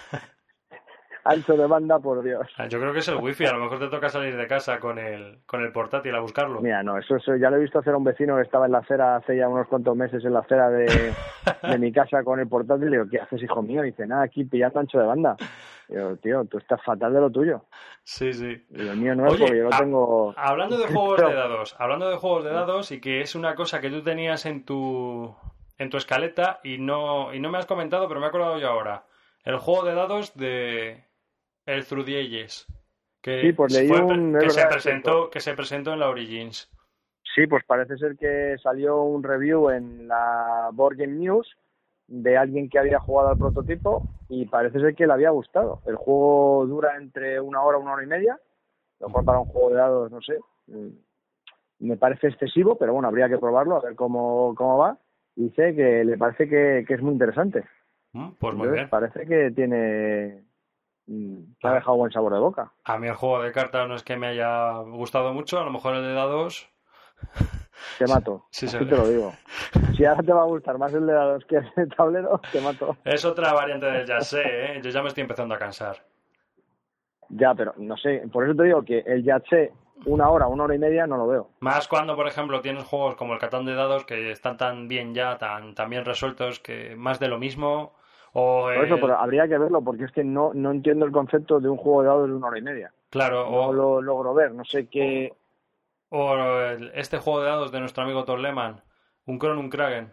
Ancho de banda, por Dios. Yo creo que es el wifi, a lo mejor te toca salir de casa con el, con el portátil a buscarlo. Mira, no, eso, eso ya lo he visto hacer a un vecino que estaba en la acera hace ya unos cuantos meses en la acera de, de mi casa con el portátil. Y digo, ¿qué haces, hijo mío? Y dice, nada, aquí pillando ancho de banda. Y digo, tío, tú estás fatal de lo tuyo. Sí, sí. Y el mío no es Oye, porque yo lo a- tengo... hablando de juegos Pero- de dados, hablando de juegos de dados y que es una cosa que tú tenías en tu en tu escaleta y no y no me has comentado, pero me he acordado yo ahora. El juego de dados de el Through the Ages, que Sí, pues leí fue- un- que es se verdad, presentó cierto. que se presentó en la Origins. Sí, pues parece ser que salió un review en la Board Game News de alguien que había jugado al prototipo y parece ser que le había gustado. El juego dura entre una hora, una hora y media. A lo mejor para un juego de dados, no sé, mm, me parece excesivo, pero bueno, habría que probarlo, a ver cómo, cómo va. Y dice que le parece que, que es muy interesante. Mm, Pues muy Entonces, bien. parece que tiene... mm, que ha Ah. dejado buen sabor de boca. A mí el juego de cartas no es que me haya gustado mucho, a lo mejor el de dados Te mato, Sí, así se- te lo digo. Si ahora te va a gustar más el de dados que el de tablero, te mato. es otra variante del Yatse, ¿eh? Yo ya me estoy empezando a cansar. Ya, pero no sé, por eso te digo que el Yatse una hora, una hora y media no lo veo. Más cuando, por ejemplo, tienes juegos como el Catán de dados que están tan bien ya, tan, tan bien resueltos, que más de lo mismo. O Por eso, el- pero habría que verlo, porque es que no, no entiendo el concepto de un juego de dados de una hora y media. claro, No o, lo logro ver, no sé qué... o el- este juego de dados de nuestro amigo Thor Lehmann, un Kron, un Kragen.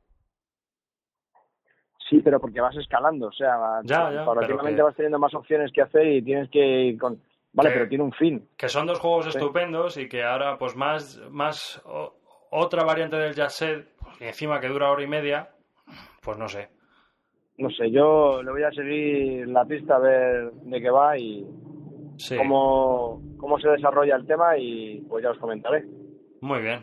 Sí, pero porque vas escalando, o sea, Ya, ya, paulatinamente pero que- vas teniendo más opciones que hacer y tienes que ir con... Vale, Que- pero tiene un fin. Que son dos juegos Sí. estupendos y que ahora, pues más, más o- otra variante del Yatse, y encima que dura hora y media, pues no sé. No sé, yo le voy a seguir la pista a ver de qué va y, sí. cómo, cómo se desarrolla el tema y pues ya os comentaré. Muy bien.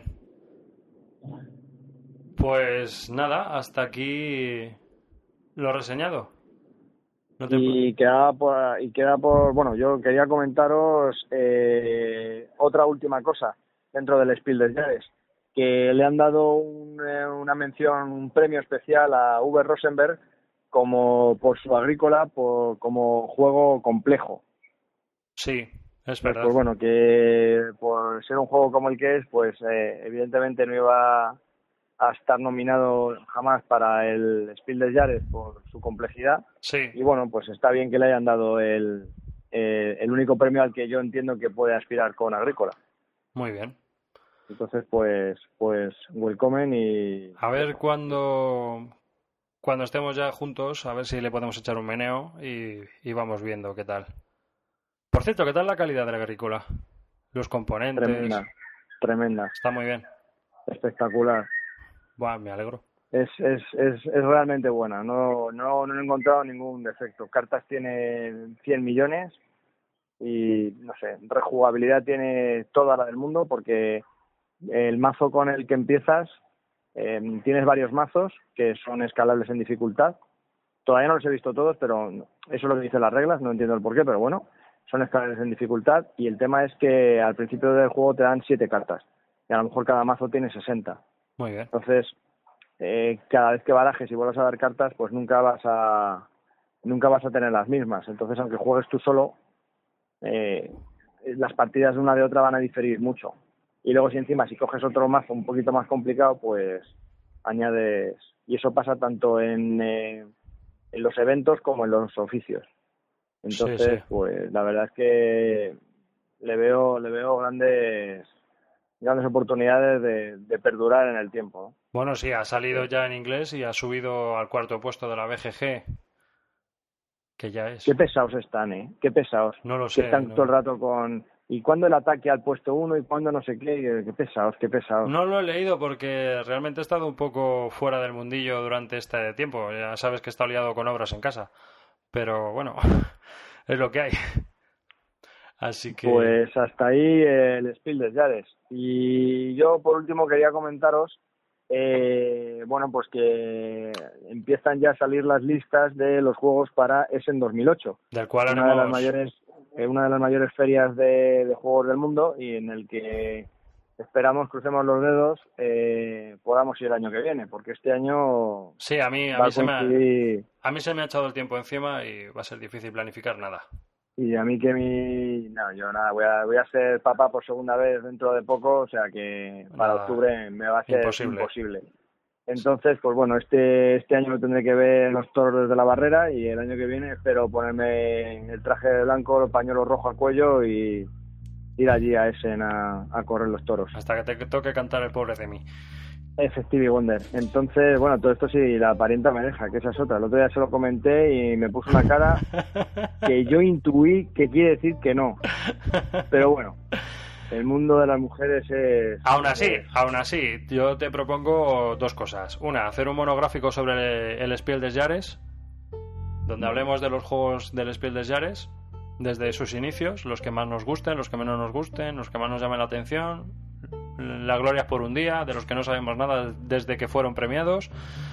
Pues nada, hasta aquí lo reseñado. No te... Y queda por, y queda por, bueno, yo quería comentaros eh, otra última cosa dentro del Spiel des Jahres, que le han dado un, eh, una mención, un premio especial a Uwe Rosenberg como por su Agrícola, por, como juego complejo. Sí, es Pues, verdad. pues bueno, que por ser un juego como el que es, pues eh, evidentemente no iba a estar nominado jamás para el Spiel des Jahres por su complejidad. Sí. Y bueno, pues está bien que le hayan dado el, eh, el único premio al que yo entiendo que puede aspirar con Agrícola. Muy bien. Entonces, pues, pues, welcome y... A ver cuando, cuando estemos ya juntos, a ver si le podemos echar un meneo y, y vamos viendo qué tal. Por cierto, ¿qué tal la calidad de la Agrícola? Los componentes. Tremenda, tremenda. Está muy bien. Espectacular. Buah, me alegro. Es, es, es, es realmente buena. No, no, no he encontrado ningún defecto. Cartas tiene cien millones y, no sé, rejugabilidad tiene toda la del mundo porque el mazo con el que empiezas, eh, tienes varios mazos que son escalables en dificultad. Todavía no los he visto todos, pero eso es lo que dicen las reglas, no entiendo el porqué, pero bueno, son escalables en dificultad y el tema es que al principio del juego te dan siete cartas y a lo mejor cada mazo tiene sesenta. Muy bien. Entonces, eh, cada vez que barajes y vuelvas a dar cartas, pues nunca vas a nunca vas a tener las mismas. Entonces, aunque juegues tú solo, eh, las partidas de una de otra van a diferir mucho. Y luego si encima si coges otro mazo un poquito más complicado, pues añades... Y eso pasa tanto en, eh, en los eventos como en los oficios. Entonces, sí, sí. pues la verdad es que le veo le veo grandes grandes oportunidades de, de perdurar en el tiempo, ¿no? Bueno, sí, ha salido ya en inglés y ha subido al cuarto puesto de la B G G, que ya es. Qué pesados están, ¿eh? Qué pesados. No lo Que sé. están no... todo el rato con... ¿Y cuándo el ataque al puesto uno? ¿Y cuándo no sé qué? Qué pesados, qué pesados. No lo he leído porque realmente he estado un poco fuera del mundillo durante este tiempo. Ya sabes que he estado liado con obras en casa. Pero bueno, es lo que hay. Así que... Pues hasta ahí el Spiel des Jahres. Y yo, por último, quería comentaros, eh, bueno, pues que empiezan ya a salir las listas de los juegos para Essen dos mil ocho. Del cual una haremos... de las mayores, eh, una de las mayores ferias de, de juegos del mundo y en el que esperamos, crucemos los dedos, eh, podamos ir el año que viene, porque este año... Sí, a mí, a va mí, a se me ha, coincidir... a mí se me ha echado el tiempo encima y va a ser difícil planificar nada. Y a mí que mi... No, yo nada, voy a, voy a ser papá por segunda vez dentro de poco, o sea que para Nada, octubre me va a ser imposible. imposible. Entonces, pues bueno, este este año tendré que ver los toros desde la barrera y el año que viene espero ponerme el traje blanco, los pañuelos rojos al cuello y ir allí a Essen a, a correr los toros. Hasta que te toque cantar el pobre de mí. Stevie Wonder. Entonces, bueno, todo esto sí, la parienta me deja, que esa es otra. El otro día se lo comenté y me puso una cara que yo intuí que quiere decir que no. Pero bueno, el mundo de las mujeres es... Aún así, es... aún así, yo te propongo dos cosas. Una, hacer un monográfico sobre el, el Spiel des Jahres, donde hablemos de los juegos del Spiel des Jahres, desde sus inicios, los que más nos gusten, los que menos nos gusten, los que más nos llamen la atención... La gloria es por un día, de los que no sabemos nada desde que fueron premiados.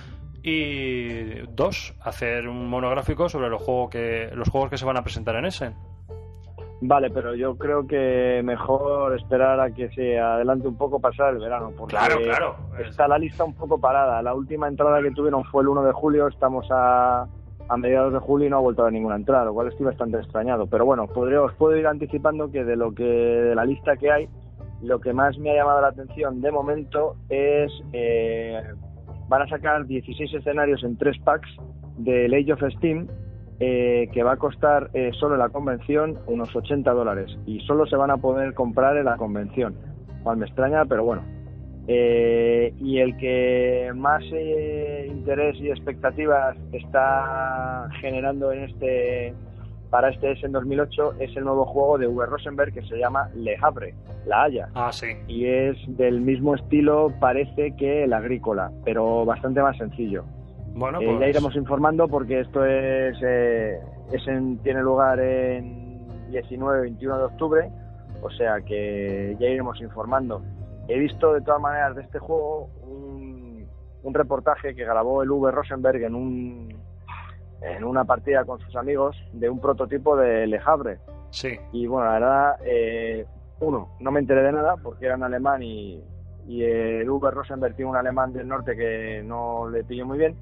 Y dos, hacer un monográfico sobre los juegos que los juegos que se van a presentar en Essen. Vale, pero yo creo que mejor esperar a que se adelante un poco, pasar el verano, porque claro, claro. está la lista un poco parada. La última entrada que tuvieron fue el uno de julio, estamos a, a mediados de julio y no ha vuelto a haber ninguna entrada, lo cual estoy bastante extrañado. Pero bueno, podría, os puedo ir anticipando que de lo que de la lista que hay, lo que más me ha llamado la atención de momento es eh, van a sacar dieciséis escenarios en tres packs del Age of Steam, eh, que va a costar eh, solo en la convención unos ochenta dólares y solo se van a poder comprar en la convención, cual me extraña, pero bueno. Eh, y el que más eh, interés y expectativas está generando en este para este Essen dos mil ocho es el nuevo juego de Uwe Rosenberg que se llama Le Havre, La Haya. Ah, sí. Y es del mismo estilo, parece, que el Agrícola, pero bastante más sencillo. Bueno, eh, pues... Ya iremos informando porque esto es, eh, es en, tiene lugar en diecinueve y veintiuno de octubre, o sea que ya iremos informando. He visto de todas maneras de este juego un, un reportaje que grabó el Uwe Rosenberg en un en una partida con sus amigos de un prototipo de Le Havre. Sí. Y bueno, la verdad, eh, uno, no me enteré de nada porque era en alemán y, y el Uwe Rosenberg tiene un alemán del norte que no le pilló muy bien.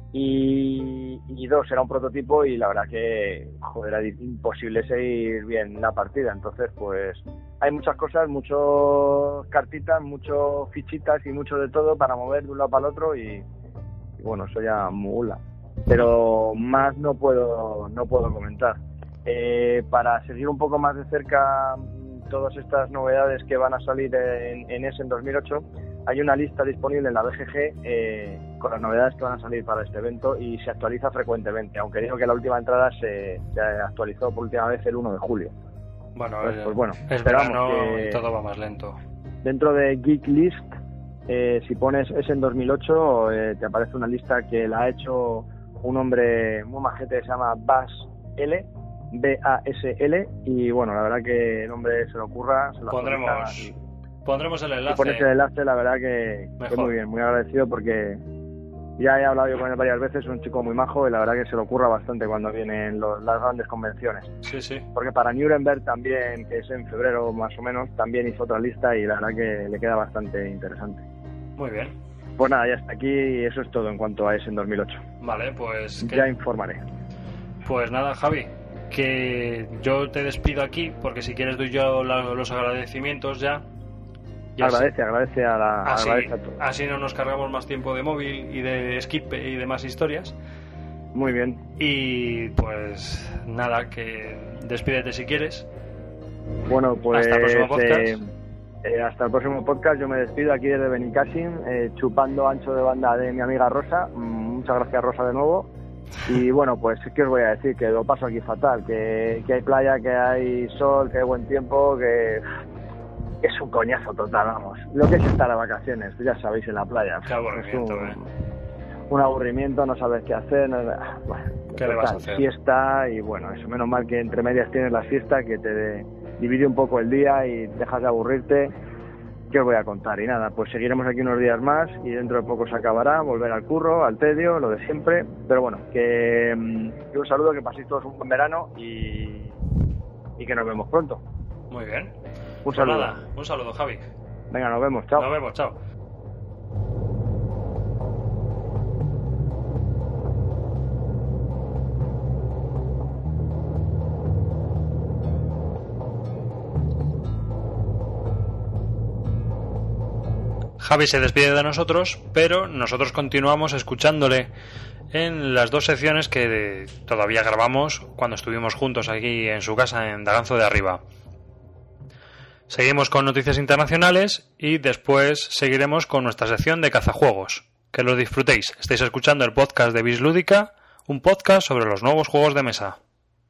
Y, y dos, era un prototipo y la verdad que, joder, era imposible seguir bien la partida. Entonces, pues, hay muchas cosas, muchos cartitas, muchos fichitas y mucho de todo para mover de un lado para el otro y, y bueno, eso ya mula. Pero más no puedo, no puedo comentar. Eh, para seguir un poco más de cerca todas estas novedades que van a salir en, en Essen dos mil ocho, hay una lista disponible en la B G G eh, con las novedades que van a salir para este evento y se actualiza frecuentemente, aunque digo que la última entrada se, se actualizó por última vez el uno de julio. Bueno, pues, pues bueno, es verano y todo va más lento. Dentro de Geek List, eh, si pones Essen dos mil ocho, eh, te aparece una lista que la ha hecho un hombre muy majete que se llama Bas L, B A S L, y bueno, la verdad que el hombre se lo ocurra, se lo pondremos y, pondremos el enlace. Si pones el enlace, la verdad que, que muy bien, muy agradecido porque ya he hablado yo con él varias veces, es un chico muy majo y la verdad que se lo ocurra bastante cuando vienen los, las grandes convenciones. Sí, sí. Porque para Nuremberg también, que es en febrero más o menos, también hizo otra lista y la verdad que le queda bastante interesante. Muy bien. Pues nada, ya está aquí y eso es todo en cuanto a ese en dos mil ocho. Vale, pues... Ya ¿qué? Informaré. Pues nada, Javi, que yo te despido aquí porque si quieres doy yo la, los agradecimientos ya. ya agradece, sé. agradece a la así, agradece a todos. Así no nos cargamos más tiempo de móvil y de skip y demás historias. Muy bien. Y pues nada, que despídete si quieres. Bueno, pues... Hasta el próximo podcast. Eh... Eh, hasta el próximo podcast, yo me despido aquí desde Benicassim, eh, chupando ancho de banda de mi amiga Rosa. Mm, muchas gracias, Rosa, de nuevo. Y bueno, pues qué os voy a decir, que lo paso aquí fatal, que, que hay playa, que hay sol, que hay buen tiempo, que, que es un coñazo total, vamos. Lo que es estar a vacaciones, ya sabéis, en la playa. Qué aburrimiento, es un, eh. un aburrimiento, no sabes qué hacer, no, bueno, ¿Qué total, le vas a hacer? Fiesta y bueno, eso, menos mal que entre medias tienes la fiesta que te de, divide un poco el día y dejas de aburrirte. ¿Qué os voy a contar? Y nada, pues seguiremos aquí unos días más y dentro de poco se acabará, volver al curro, al tedio, lo de siempre. Pero bueno, que, que un saludo, que paséis todos un buen verano y, y que nos vemos pronto. Muy bien. Un pues saludo. Nada, un saludo, Javi. Venga, nos vemos, chao. Nos vemos, chao. Javi se despide de nosotros, pero nosotros continuamos escuchándole en las dos secciones que todavía grabamos cuando estuvimos juntos aquí en su casa en Daganzo de Arriba. Seguimos con noticias internacionales y después seguiremos con nuestra sección de cazajuegos. Que lo disfrutéis. Estáis escuchando el podcast de Bislúdica, un podcast sobre los nuevos juegos de mesa.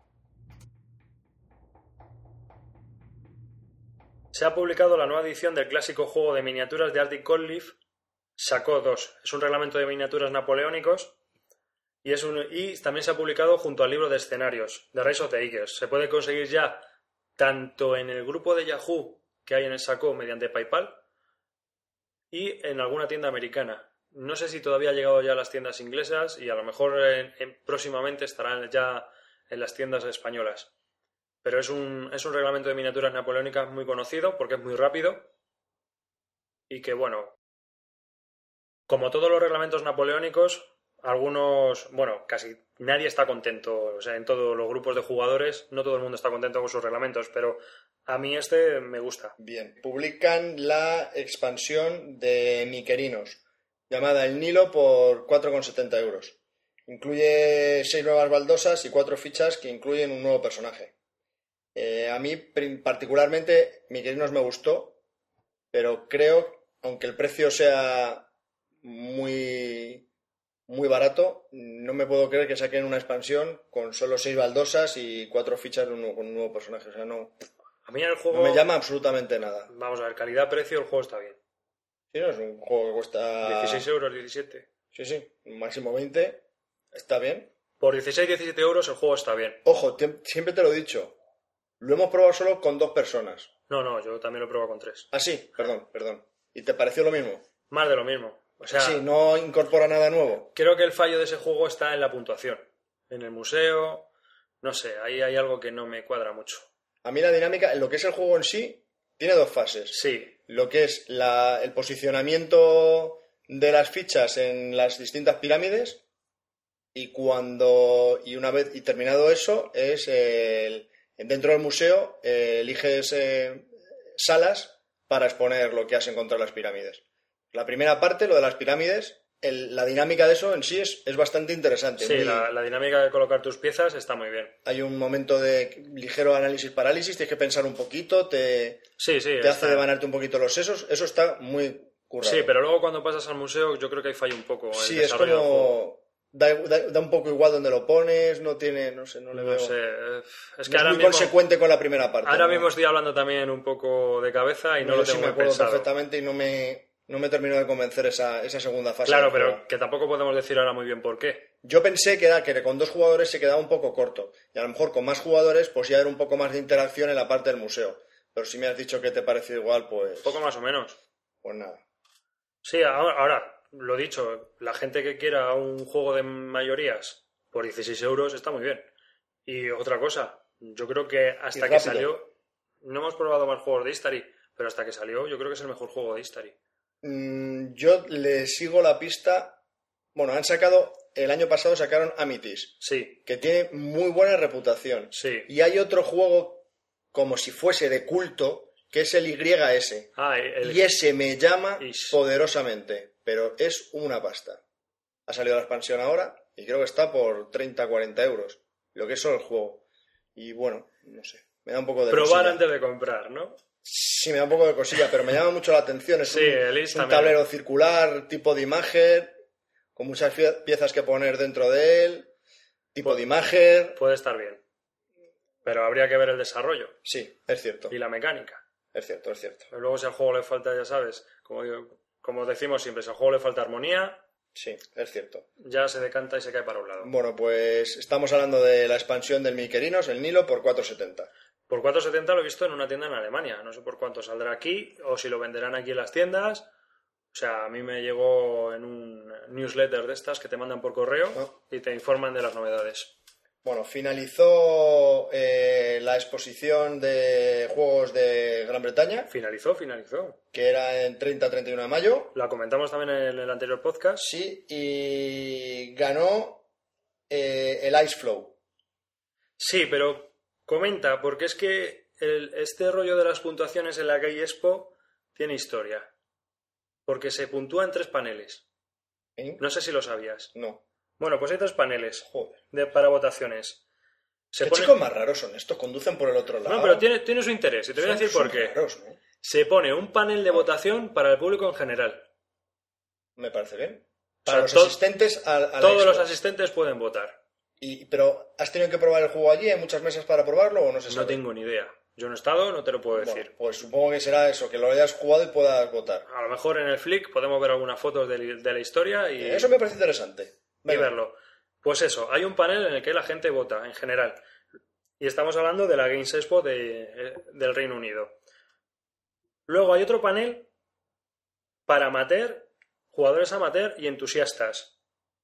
Se ha publicado la nueva edición del clásico juego de miniaturas de Arctic Cold Leaf, Shako dos. Es un reglamento de miniaturas napoleónicos y, es un, y también se ha publicado junto al libro de escenarios, The Rise of the Eagles. Se puede conseguir ya tanto en el grupo de Yahoo que hay en el Shako mediante PayPal y en alguna tienda americana. No sé si todavía ha llegado ya a las tiendas inglesas y a lo mejor en, en, próximamente estarán ya en las tiendas españolas. Pero es un, es un reglamento de miniaturas napoleónicas muy conocido porque es muy rápido y que, bueno, como todos los reglamentos napoleónicos, algunos, bueno, casi nadie está contento. O sea, en todos los grupos de jugadores no todo el mundo está contento con sus reglamentos, pero a mí este me gusta. Bien, publican la expansión de Miquerinos, llamada El Nilo, por cuatro con setenta euros. Incluye seis nuevas baldosas y cuatro fichas que incluyen un nuevo personaje. Eh, a mí particularmente Miquerinos me gustó, pero creo, aunque el precio sea muy, muy barato, no me puedo creer que saquen una expansión con solo seis baldosas y cuatro fichas con un, un nuevo personaje. O sea, no, a mí el juego no me llama absolutamente nada. Vamos a ver, calidad-precio, el juego está bien. Sí, no es un juego que cuesta dieciséis euros, diecisiete. Sí, sí, máximo veinte, está bien. Por dieciséis, diecisiete euros el juego está bien. Ojo, te, siempre te lo he dicho. Lo hemos probado solo con dos personas. No, no, yo también lo he probado con tres. Ah, sí, perdón, perdón. ¿Y te pareció lo mismo? Más de lo mismo. O sea, sí, no incorpora nada nuevo. Creo que el fallo de ese juego está en la puntuación. En el museo, no sé, ahí hay algo que no me cuadra mucho. A mí la dinámica, en lo que es el juego en sí, tiene dos fases. Sí. Lo que es la, el posicionamiento de las fichas en las distintas pirámides y cuando y una vez y terminado eso es el, dentro del museo eh, eliges eh, salas para exponer lo que has encontrado en las pirámides. La primera parte, lo de las pirámides, el, la dinámica de eso en sí es, es bastante interesante. Sí, muy, la, la dinámica de colocar tus piezas está muy bien. Hay un momento de ligero análisis-parálisis, tienes que pensar un poquito, te, sí, sí, te está... hace devanarte un poquito los sesos, eso está muy currado. Sí, pero luego cuando pasas al museo yo creo que ahí falla un poco el sí, desarrollo es como... del juego. Da, da, da un poco igual donde lo pones, no tiene, no sé, no le no veo... sé, es que no ahora es muy mismo, consecuente con la primera parte. Ahora ¿no? mismo estoy hablando también un poco de cabeza y no, no lo yo tengo sí me muy acuerdo pensado. perfectamente y no me, no me terminó de convencer esa, esa segunda fase. Claro, pero que tampoco podemos decir ahora muy bien por qué. Yo pensé que era que con dos jugadores se quedaba un poco corto y a lo mejor con más jugadores pues ya era un poco más de interacción en la parte del museo. Pero si me has dicho que te pareció igual, pues... Poco más o menos. Pues nada. Sí, ahora, ahora, lo dicho, la gente que quiera un juego de mayorías por dieciséis euros está muy bien. Y otra cosa, yo creo que hasta que salió... No hemos probado más juegos de Istari, pero hasta que salió yo creo que es el mejor juego de Istari. Mm, yo le sigo la pista... Bueno, han sacado... El año pasado sacaron Amitis. Sí. Que tiene muy buena reputación. Sí. Y hay otro juego como si fuese de culto, que es el Y S. Ah, el... Y ese me llama Ish. poderosamente, pero es una pasta. Ha salido la expansión ahora y creo que está por treinta a cuarenta euros, lo que es solo el juego. Y bueno, no sé, me da un poco de Probar cosilla. antes de comprar, ¿no? Sí, me da un poco de cosilla, pero me llama mucho la atención. Es sí, un, el es un tablero circular, tipo de imagen, con muchas piezas que poner dentro de él, tipo de imagen. Puede estar bien, pero habría que ver el desarrollo. Sí, es cierto. Y la mecánica. Es cierto, es cierto. Pero luego si al juego le falta, ya sabes, como, digo, como decimos siempre, si al juego le falta armonía... Sí, es cierto. Ya se decanta y se cae para un lado. Bueno, pues estamos hablando de la expansión del Miquerinos, el Nilo, por cuatro setenta. Por cuatro setenta lo he visto en una tienda en Alemania. No sé por cuánto saldrá aquí o si lo venderán aquí en las tiendas. O sea, a mí me llegó en un newsletter de estas que te mandan por correo ¿no? Y te informan de las novedades. Bueno, finalizó eh, la exposición de juegos de Gran Bretaña. Finalizó, finalizó. Que era en treinta a treinta y uno de mayo. La comentamos también en el anterior podcast. Sí, y ganó eh, el Ice Flow. Sí, pero comenta, porque es que el, este rollo de las puntuaciones en la Game Expo tiene historia. Porque se puntúa en tres paneles. ¿Eh? No sé si lo sabías. No. Bueno, pues hay tres paneles Joder. de, para votaciones. Se ¿Qué pone... chicos más raros son estos? Conducen por el otro lado. No, pero tiene, tiene su interés. Y te voy a Son- decir son por qué. raros, ¿no? Se pone un panel de votación para el público en general. Me parece bien. O Para sea, los to- asistentes a, a la Todos expo. los asistentes pueden votar. Y, pero, ¿has tenido que probar el juego allí? ¿Hay muchas mesas para probarlo o no se sabe? No tengo ni idea. Yo no he estado, no te lo puedo Bueno, decir. pues supongo que será eso, que lo hayas jugado y puedas votar. A lo mejor en el Flick podemos ver algunas fotos de, de la historia y, Eso me parece interesante. y Venga. verlo. Pues eso, hay un panel en el que la gente vota en general. Y estamos hablando de la Games Expo de, eh, del Reino Unido. Luego hay otro panel para amateur, jugadores amateur y entusiastas.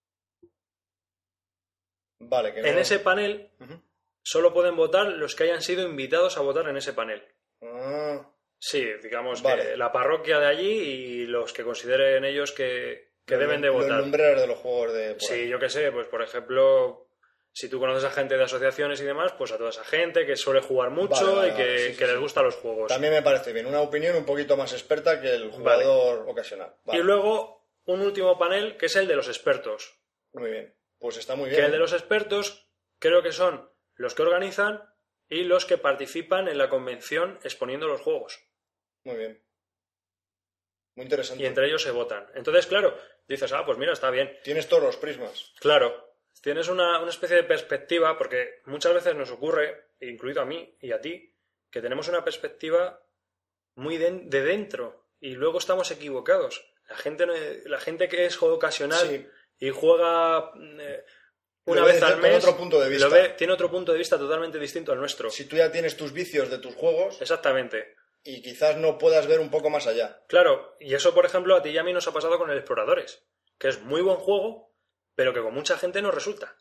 Vale, que no... En ese panel Ujú. solo pueden votar los que hayan sido invitados a votar en ese panel. Ah, Sí, digamos Vale. que la parroquia de allí y los que consideren ellos que, que los- deben de Los votar. lumbreros de los juegos de... por Sí, ahí. yo qué sé, pues por ejemplo, si tú conoces a gente de asociaciones y demás, pues a toda esa gente que suele jugar mucho Vale, vale, y que, vale, sí, sí, que les sí. gustan los juegos. También me parece bien. Una opinión un poquito más experta que el jugador ocasional. Vale. Y luego un último panel que es el de los expertos. Muy bien. Pues está muy Que bien. el de los expertos creo que son los que organizan y los que participan en la convención exponiendo los juegos. Muy bien. Muy interesante. Y entre ellos se votan. Entonces, claro, dices, ah, pues mira, está bien. Tienes todos los prismas. Claro, tienes una, una especie de perspectiva, porque muchas veces nos ocurre, incluido a mí y a ti, que tenemos una perspectiva muy de, de dentro y luego estamos equivocados. La gente, no- la gente que es juego ocasional Sí. y juega eh, una lo ve vez al con mes, otro punto de vista. lo ve, tiene otro punto de vista totalmente distinto al nuestro. Si tú ya tienes tus vicios de tus juegos Exactamente. y quizás no puedas ver un poco más allá. Claro, y eso, por ejemplo, a ti y a mí nos ha pasado con el Exploradores, que es muy buen juego, pero que con mucha gente no resulta.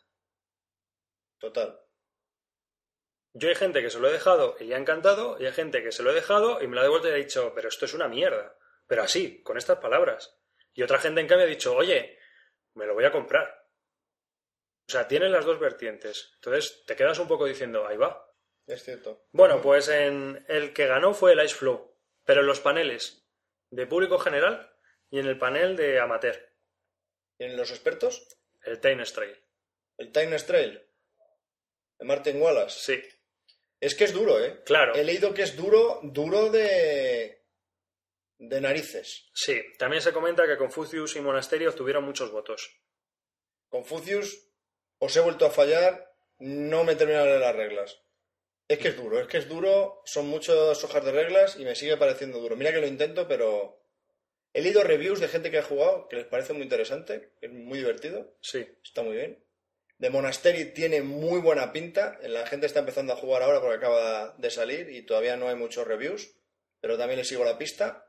Total. Yo hay gente que se lo he dejado y le ha encantado, y hay gente que se lo he dejado y me lo ha devuelto y ha dicho, pero esto es una mierda. Pero así, con estas palabras. Y otra gente, en cambio, ha dicho, oye, me lo voy a comprar. O sea, tienen las dos vertientes. Entonces te quedas un poco diciendo, ahí va. Es cierto. Bueno, pues en el que ganó fue el Ice Flow, pero en los paneles de público general y en el panel de amateur. ¿Y en los expertos? El Time Trail. El Time Trail. De Martin Wallace. Sí. Es que es duro, ¿eh? Claro. He leído que es duro, duro de... de narices. Sí, también se comenta que Confucius y Monasterio obtuvieron muchos votos. Confucius, os he vuelto a fallar, no me terminaron de las reglas. Es que es duro, es que es duro, son muchas hojas de reglas y me sigue pareciendo duro. Mira que lo intento, pero... He leído reviews de gente que ha jugado, que les parece muy interesante, que es muy divertido. Sí. Está muy bien. The Monastery tiene muy buena pinta. La gente está empezando a jugar ahora porque acaba de salir y todavía no hay muchos reviews, pero también le sigo la pista.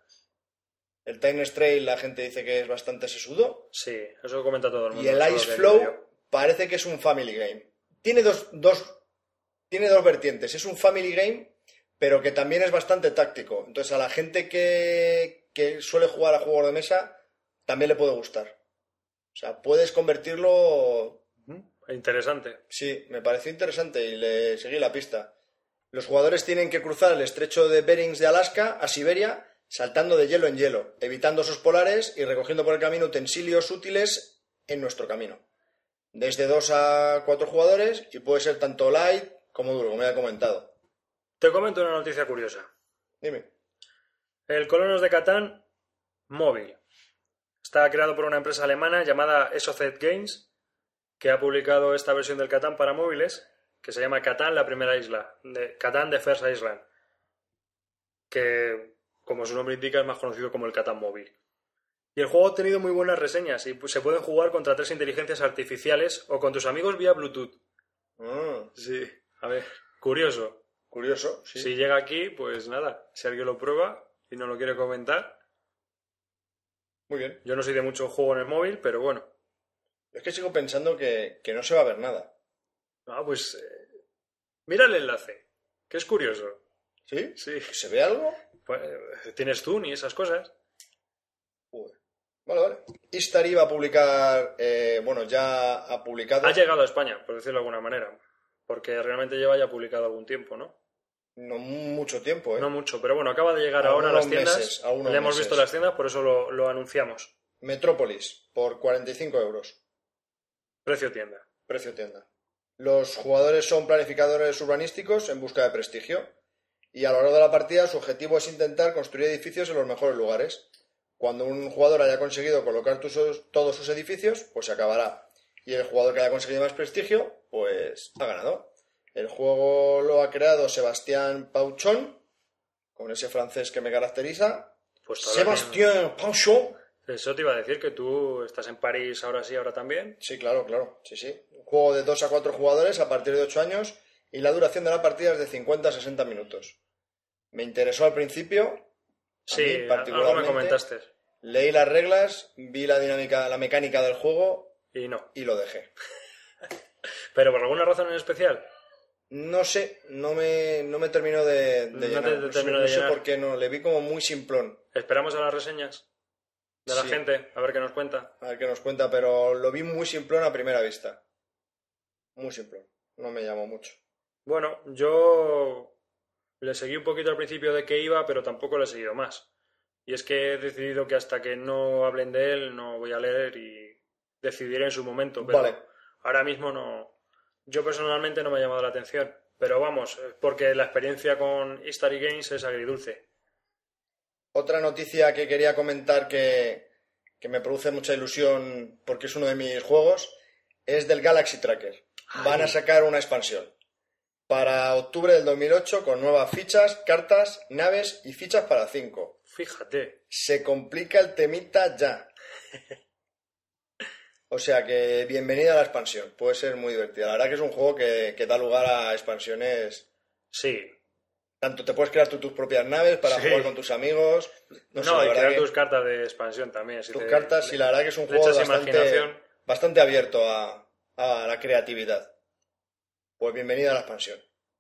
El Time Trail la gente dice que es bastante sesudo. Sí, eso comenta todo el mundo. Y el eso Ice es lo que Flow digo yo. parece que es un family game. Tiene dos, dos, tiene dos vertientes. Es un family game, pero que también es bastante táctico. Entonces a la gente que, que suele jugar a juegos de mesa también le puede gustar. O sea, puedes convertirlo... Interesante. Sí, me pareció interesante y le seguí la pista. Los jugadores tienen que cruzar el estrecho de Bering de Alaska a Siberia saltando de hielo en hielo, evitando osos polares y recogiendo por el camino utensilios útiles en nuestro camino. Desde dos a cuatro jugadores y puede ser tanto light como duro, como ya he comentado. Te comento una noticia curiosa. Dime. El Colonos de Catán móvil está creado por una empresa alemana llamada Exocet Games, que ha publicado esta versión del Catán para móviles, que se llama Catán, la primera isla, de Catán de First Island, que, como su nombre indica, es más conocido como el Catán móvil. Y el juego ha tenido muy buenas reseñas y se pueden jugar contra tres inteligencias artificiales o con tus amigos vía Bluetooth. Ah, Sí, a ver, curioso. curioso, sí. Si llega aquí, pues nada, si alguien lo prueba y no lo quiere comentar. Muy bien. Yo no soy de mucho juego en el móvil, pero bueno. Es que sigo pensando que, que no se va a ver nada. Ah, pues eh, mira el enlace, que es curioso. ¿Sí? Sí. ¿Se ve algo? Pues, eh, tienes Zoom y esas cosas. Joder. Vale, vale. Istari va a publicar, eh, bueno, ya ha publicado... Ha llegado a España, por decirlo de alguna manera, porque realmente lleva ya publicado algún tiempo, ¿no? No mucho tiempo, ¿eh? No mucho, pero bueno, acaba de llegar A ahora a las unos tiendas. meses, a unos Le hemos meses. visto las tiendas, por eso lo, lo anunciamos. Metrópolis, por cuarenta y cinco euros. Precio tienda. Precio tienda. Los jugadores son planificadores urbanísticos en busca de prestigio y a lo largo de la partida su objetivo es intentar construir edificios en los mejores lugares. Cuando un jugador haya conseguido colocar tus- todos sus edificios, pues se acabará. Y el jugador que haya conseguido más prestigio, pues ha ganado. El juego lo ha creado Sebastián Pauchon, con ese francés que me caracteriza. Pues todavía Sebastián Pauchon. Eso te iba a decir, que tú estás en París ahora sí, ahora también. Sí, claro, claro. Sí, sí. Un juego de dos a cuatro jugadores a partir de ocho años y la duración de la partida es de cincuenta a sesenta minutos. Me interesó al principio. a Sí, mí, algo me particularmente. comentaste. Leí las reglas, vi la dinámica, la mecánica del juego Y no. y lo dejé. Pero por alguna razón en especial. No sé, no me, no me terminó de, de No te llenar. No sé- terminó no de sé llenar. por qué no. Le vi como muy simplón. Esperamos a las reseñas de la Sí. gente, a ver qué nos cuenta. A ver qué nos cuenta, pero lo vi muy simplón a primera vista. Muy simplón. No me llamó mucho. Bueno, yo le seguí un poquito al principio de que iba, pero tampoco le he seguido más. Y es que he decidido que hasta que no hablen de él no voy a leer y decidiré en su momento. Pero Vale. ahora mismo no. Yo personalmente no me ha llamado la atención. Pero vamos, porque la experiencia con Istari Games es agridulce. Otra noticia que quería comentar que, que me produce mucha ilusión porque es uno de mis juegos es del Galaxy Tracker. Van a sacar una expansión para octubre del dos mil ocho con nuevas fichas, cartas, naves y fichas para cinco. Fíjate. Se complica el temita ya. O sea que bienvenida a la expansión, puede ser muy divertida. La verdad que es un juego que, que da lugar a expansiones. Sí. Tanto te puedes crear tú tus propias naves para Sí. jugar con tus amigos. No, sé, no la y verdad crear que tus cartas de expansión también. Si tus te- cartas, y la verdad que es un le juego echas bastante, imaginación. bastante abierto a, a la creatividad. Pues bienvenida a la expansión.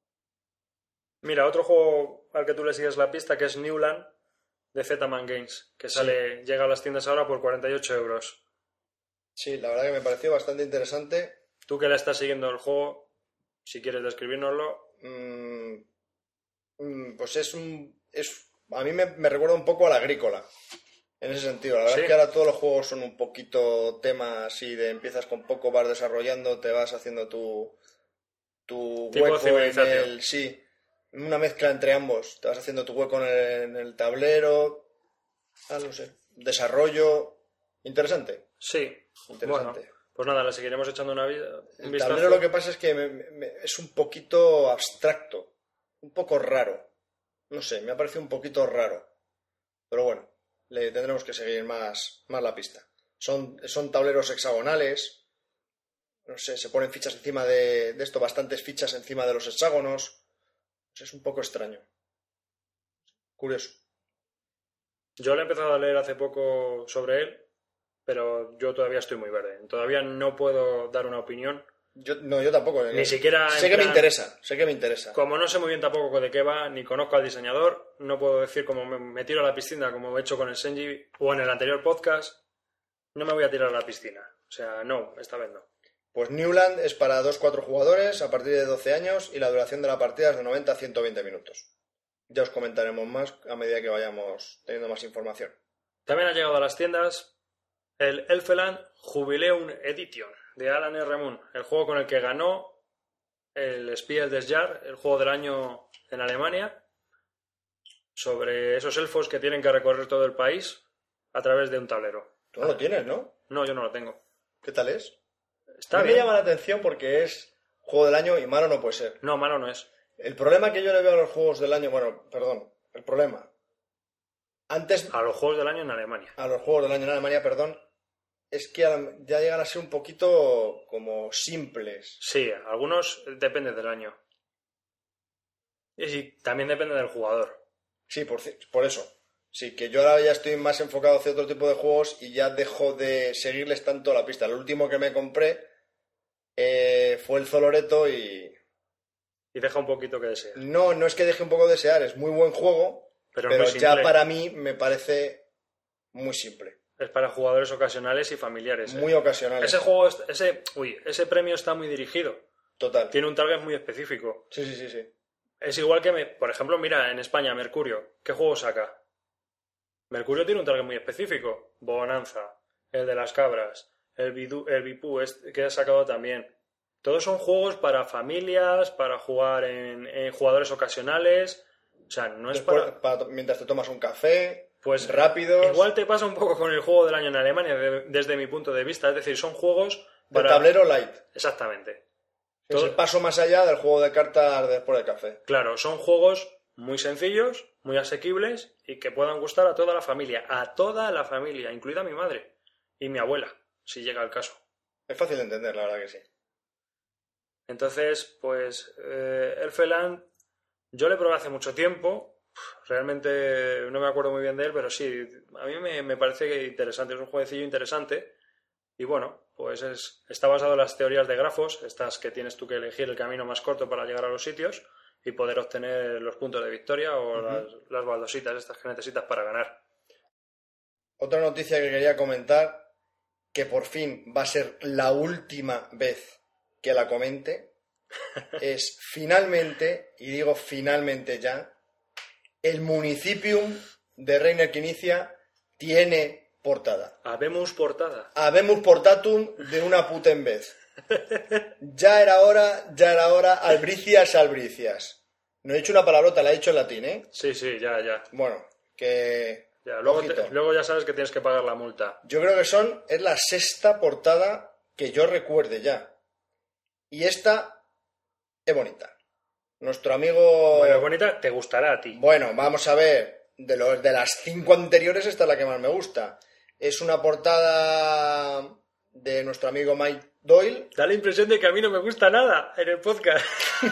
Mira, otro juego al que tú le sigues la pista, que es Newland, de Z-Man Games, que sale, llega a las tiendas ahora por cuarenta y ocho euros. Sí, la verdad que me pareció bastante interesante. Tú que le estás siguiendo el juego, si quieres describírnoslo. Mm, mm, pues es un... Es, a mí me, me recuerda un poco al Agrícola. En ese sentido, la verdad Sí. es que ahora todos los juegos son un poquito tema así de empiezas con poco, vas desarrollando, te vas haciendo tu, tu Tipo hueco en civilización. el... Sí, una mezcla entre ambos. Te vas haciendo tu hueco en el, en el tablero. Ah, no sé. Desarrollo. Interesante. Sí. Interesante. Bueno, pues nada, le seguiremos echando una vida. Un El vistazo. tablero lo que pasa es que me- me- es un poquito abstracto. Un poco raro. No sé, me ha parecido un poquito raro. Pero bueno, le tendremos que seguir más, más la pista. Son, son tableros hexagonales. No sé, se ponen fichas encima de, de esto, bastantes fichas encima de los hexágonos. Es un poco extraño. Curioso. Yo le he empezado a leer hace poco sobre él, pero yo todavía estoy muy verde. Todavía no puedo dar una opinión. Yo, no, yo tampoco. Ni siquiera en Sé que me plan- interesa, sé que me interesa. Como no sé muy bien tampoco de qué va, ni conozco al diseñador, no puedo decir como me, me tiro a la piscina, como he hecho con el Senji o en el anterior podcast, no me voy a tirar a la piscina. O sea, no, esta vez no. Pues Newland es para dos cuatro jugadores a partir de doce años y la duración de la partida es de noventa a ciento veinte minutos. Ya os comentaremos más a medida que vayamos teniendo más información. También ha llegado a las tiendas el Elfland Jubileum Edition de Alan R. Moon, el juego con el que ganó el Spiel des Jahres, el juego del año en Alemania, sobre esos elfos que tienen que recorrer todo el país a través de un tablero. Tú no lo tienes, ¿no? No, yo no lo tengo. ¿Qué tal es? Está a mí bien. me llama la atención porque es juego del año y malo no puede ser. No, malo no es. El problema que yo le veo a los juegos del año, bueno, perdón, el problema. Antes, A los juegos del año en Alemania. a los juegos del año en Alemania, perdón, es que ya llegan a ser un poquito como simples. Sí, algunos depende del año. Y sí, también depende del jugador. Sí, por, ci- por eso. Sí, que yo ahora ya estoy más enfocado hacia otro tipo de juegos y ya dejo de seguirles tanto la pista. El último que me compré eh, fue el Zoloreto y... Y deja un poquito que desear. No, no es que deje un poco de desear, es muy buen juego, Pero, pero, es muy ya simple. para mí me parece muy simple, Es para jugadores ocasionales y familiares. ¿eh? muy ocasional. Ese juego, es- ese, uy, ese premio está muy dirigido. Total. Tiene un target muy específico. Sí, sí, sí, sí. Es igual que, me, por ejemplo, mira, en España, Mercurio. ¿Qué juego saca? Mercurio tiene un target muy específico. Bonanza, el de las cabras, el, Bidu, el Bipú este que ha sacado también. Todos son juegos para familias, para jugar en, en jugadores ocasionales. O sea, no es Después, para... para to- mientras te tomas un café, Pues rápidos, igual te pasa un poco con el juego del año en Alemania, de- desde mi punto de vista. Es decir, son juegos de para... tablero light. Exactamente. Es Todo- el paso más allá del juego de cartas después del café. Claro, son juegos muy sencillos, muy asequibles y que puedan gustar a toda la familia. A toda la familia, incluida mi madre y mi abuela, si llega el caso. Es fácil de entender, la verdad que sí. Entonces, pues, eh, Elfland, yo le probé hace mucho tiempo. Realmente no me acuerdo muy bien de él, pero sí, a mí me, me parece interesante. Es un jueguecillo interesante. Y bueno, pues es, está basado en las teorías de grafos, estas que tienes tú que elegir el camino más corto para llegar a los sitios y poder obtener los puntos de victoria o Ujú. las, las baldositas estas que necesitas para ganar. Otra noticia que quería comentar, que por fin va a ser la última vez que la comente, es finalmente, y digo finalmente ya, el Municipium de Reiner Quinicia tiene portada. Habemos portada. Habemus portatum de una puta en vez. Ya era hora, ya era hora, albricias, albricias. No he dicho una palabrota, la he dicho en latín, ¿eh? Sí, sí, ya, ya. Bueno, que... ya luego, ojito. te- luego ya sabes que tienes que pagar la multa. Yo creo que son, es la sexta portada que yo recuerde ya. Y esta es bonita. Nuestro amigo... Bueno, bonita, te gustará a ti. Bueno, vamos a ver. De, los, de las cinco anteriores, esta es la que más me gusta. Es una portada de nuestro amigo Mike Doyle. Da la impresión de que a mí no me gusta nada en el podcast.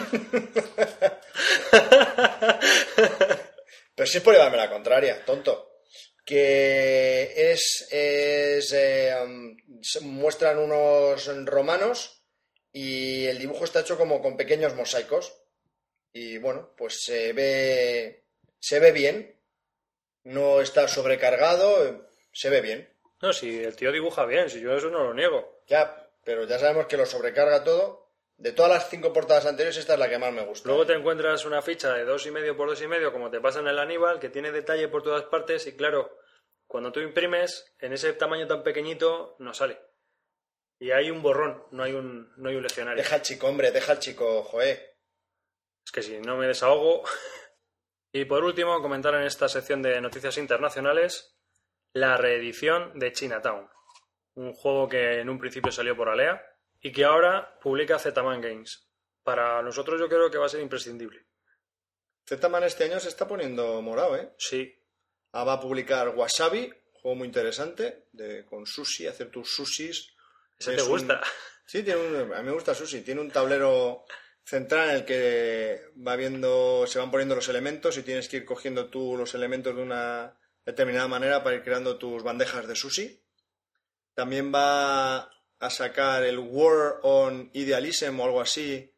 Pero si es por llevarme la contraria, tonto. Que es... es eh, um, muestran unos romanos y el dibujo está hecho como con pequeños mosaicos. Y bueno, pues se ve... se ve bien. No está sobrecargado, se ve bien. No, si el tío dibuja bien, si yo eso no lo niego. Ya, pero ya sabemos que lo sobrecarga todo. De todas las cinco portadas anteriores, esta es la que más me gusta. Luego te encuentras una ficha de dos y medio por dos y medio, como te pasa en el Aníbal, que tiene detalle por todas partes y claro, cuando tú imprimes, en ese tamaño tan pequeñito, no sale. Y hay un borrón, no hay un, no hay un legionario. Deja al chico, hombre, deja al chico, joé. Es que si no me desahogo... Y por último, comentar en esta sección de noticias internacionales la reedición de Chinatown, un juego que en un principio salió por Alea y que ahora publica Z-Man Games. Para nosotros yo creo que va a ser imprescindible. Z-Man este año se está poniendo morado, ¿eh? Sí. Ah, va a publicar Wasabi, juego muy interesante, de con sushi, hacer tus sushis. ¿Ese te gusta? Un... Sí, tiene un... a mí me gusta sushi. Tiene un tablero central en el que va viendo, se van poniendo los elementos y tienes que ir cogiendo tú los elementos de una determinada manera para ir creando tus bandejas de sushi. También va a sacar el War on Idealism o algo así,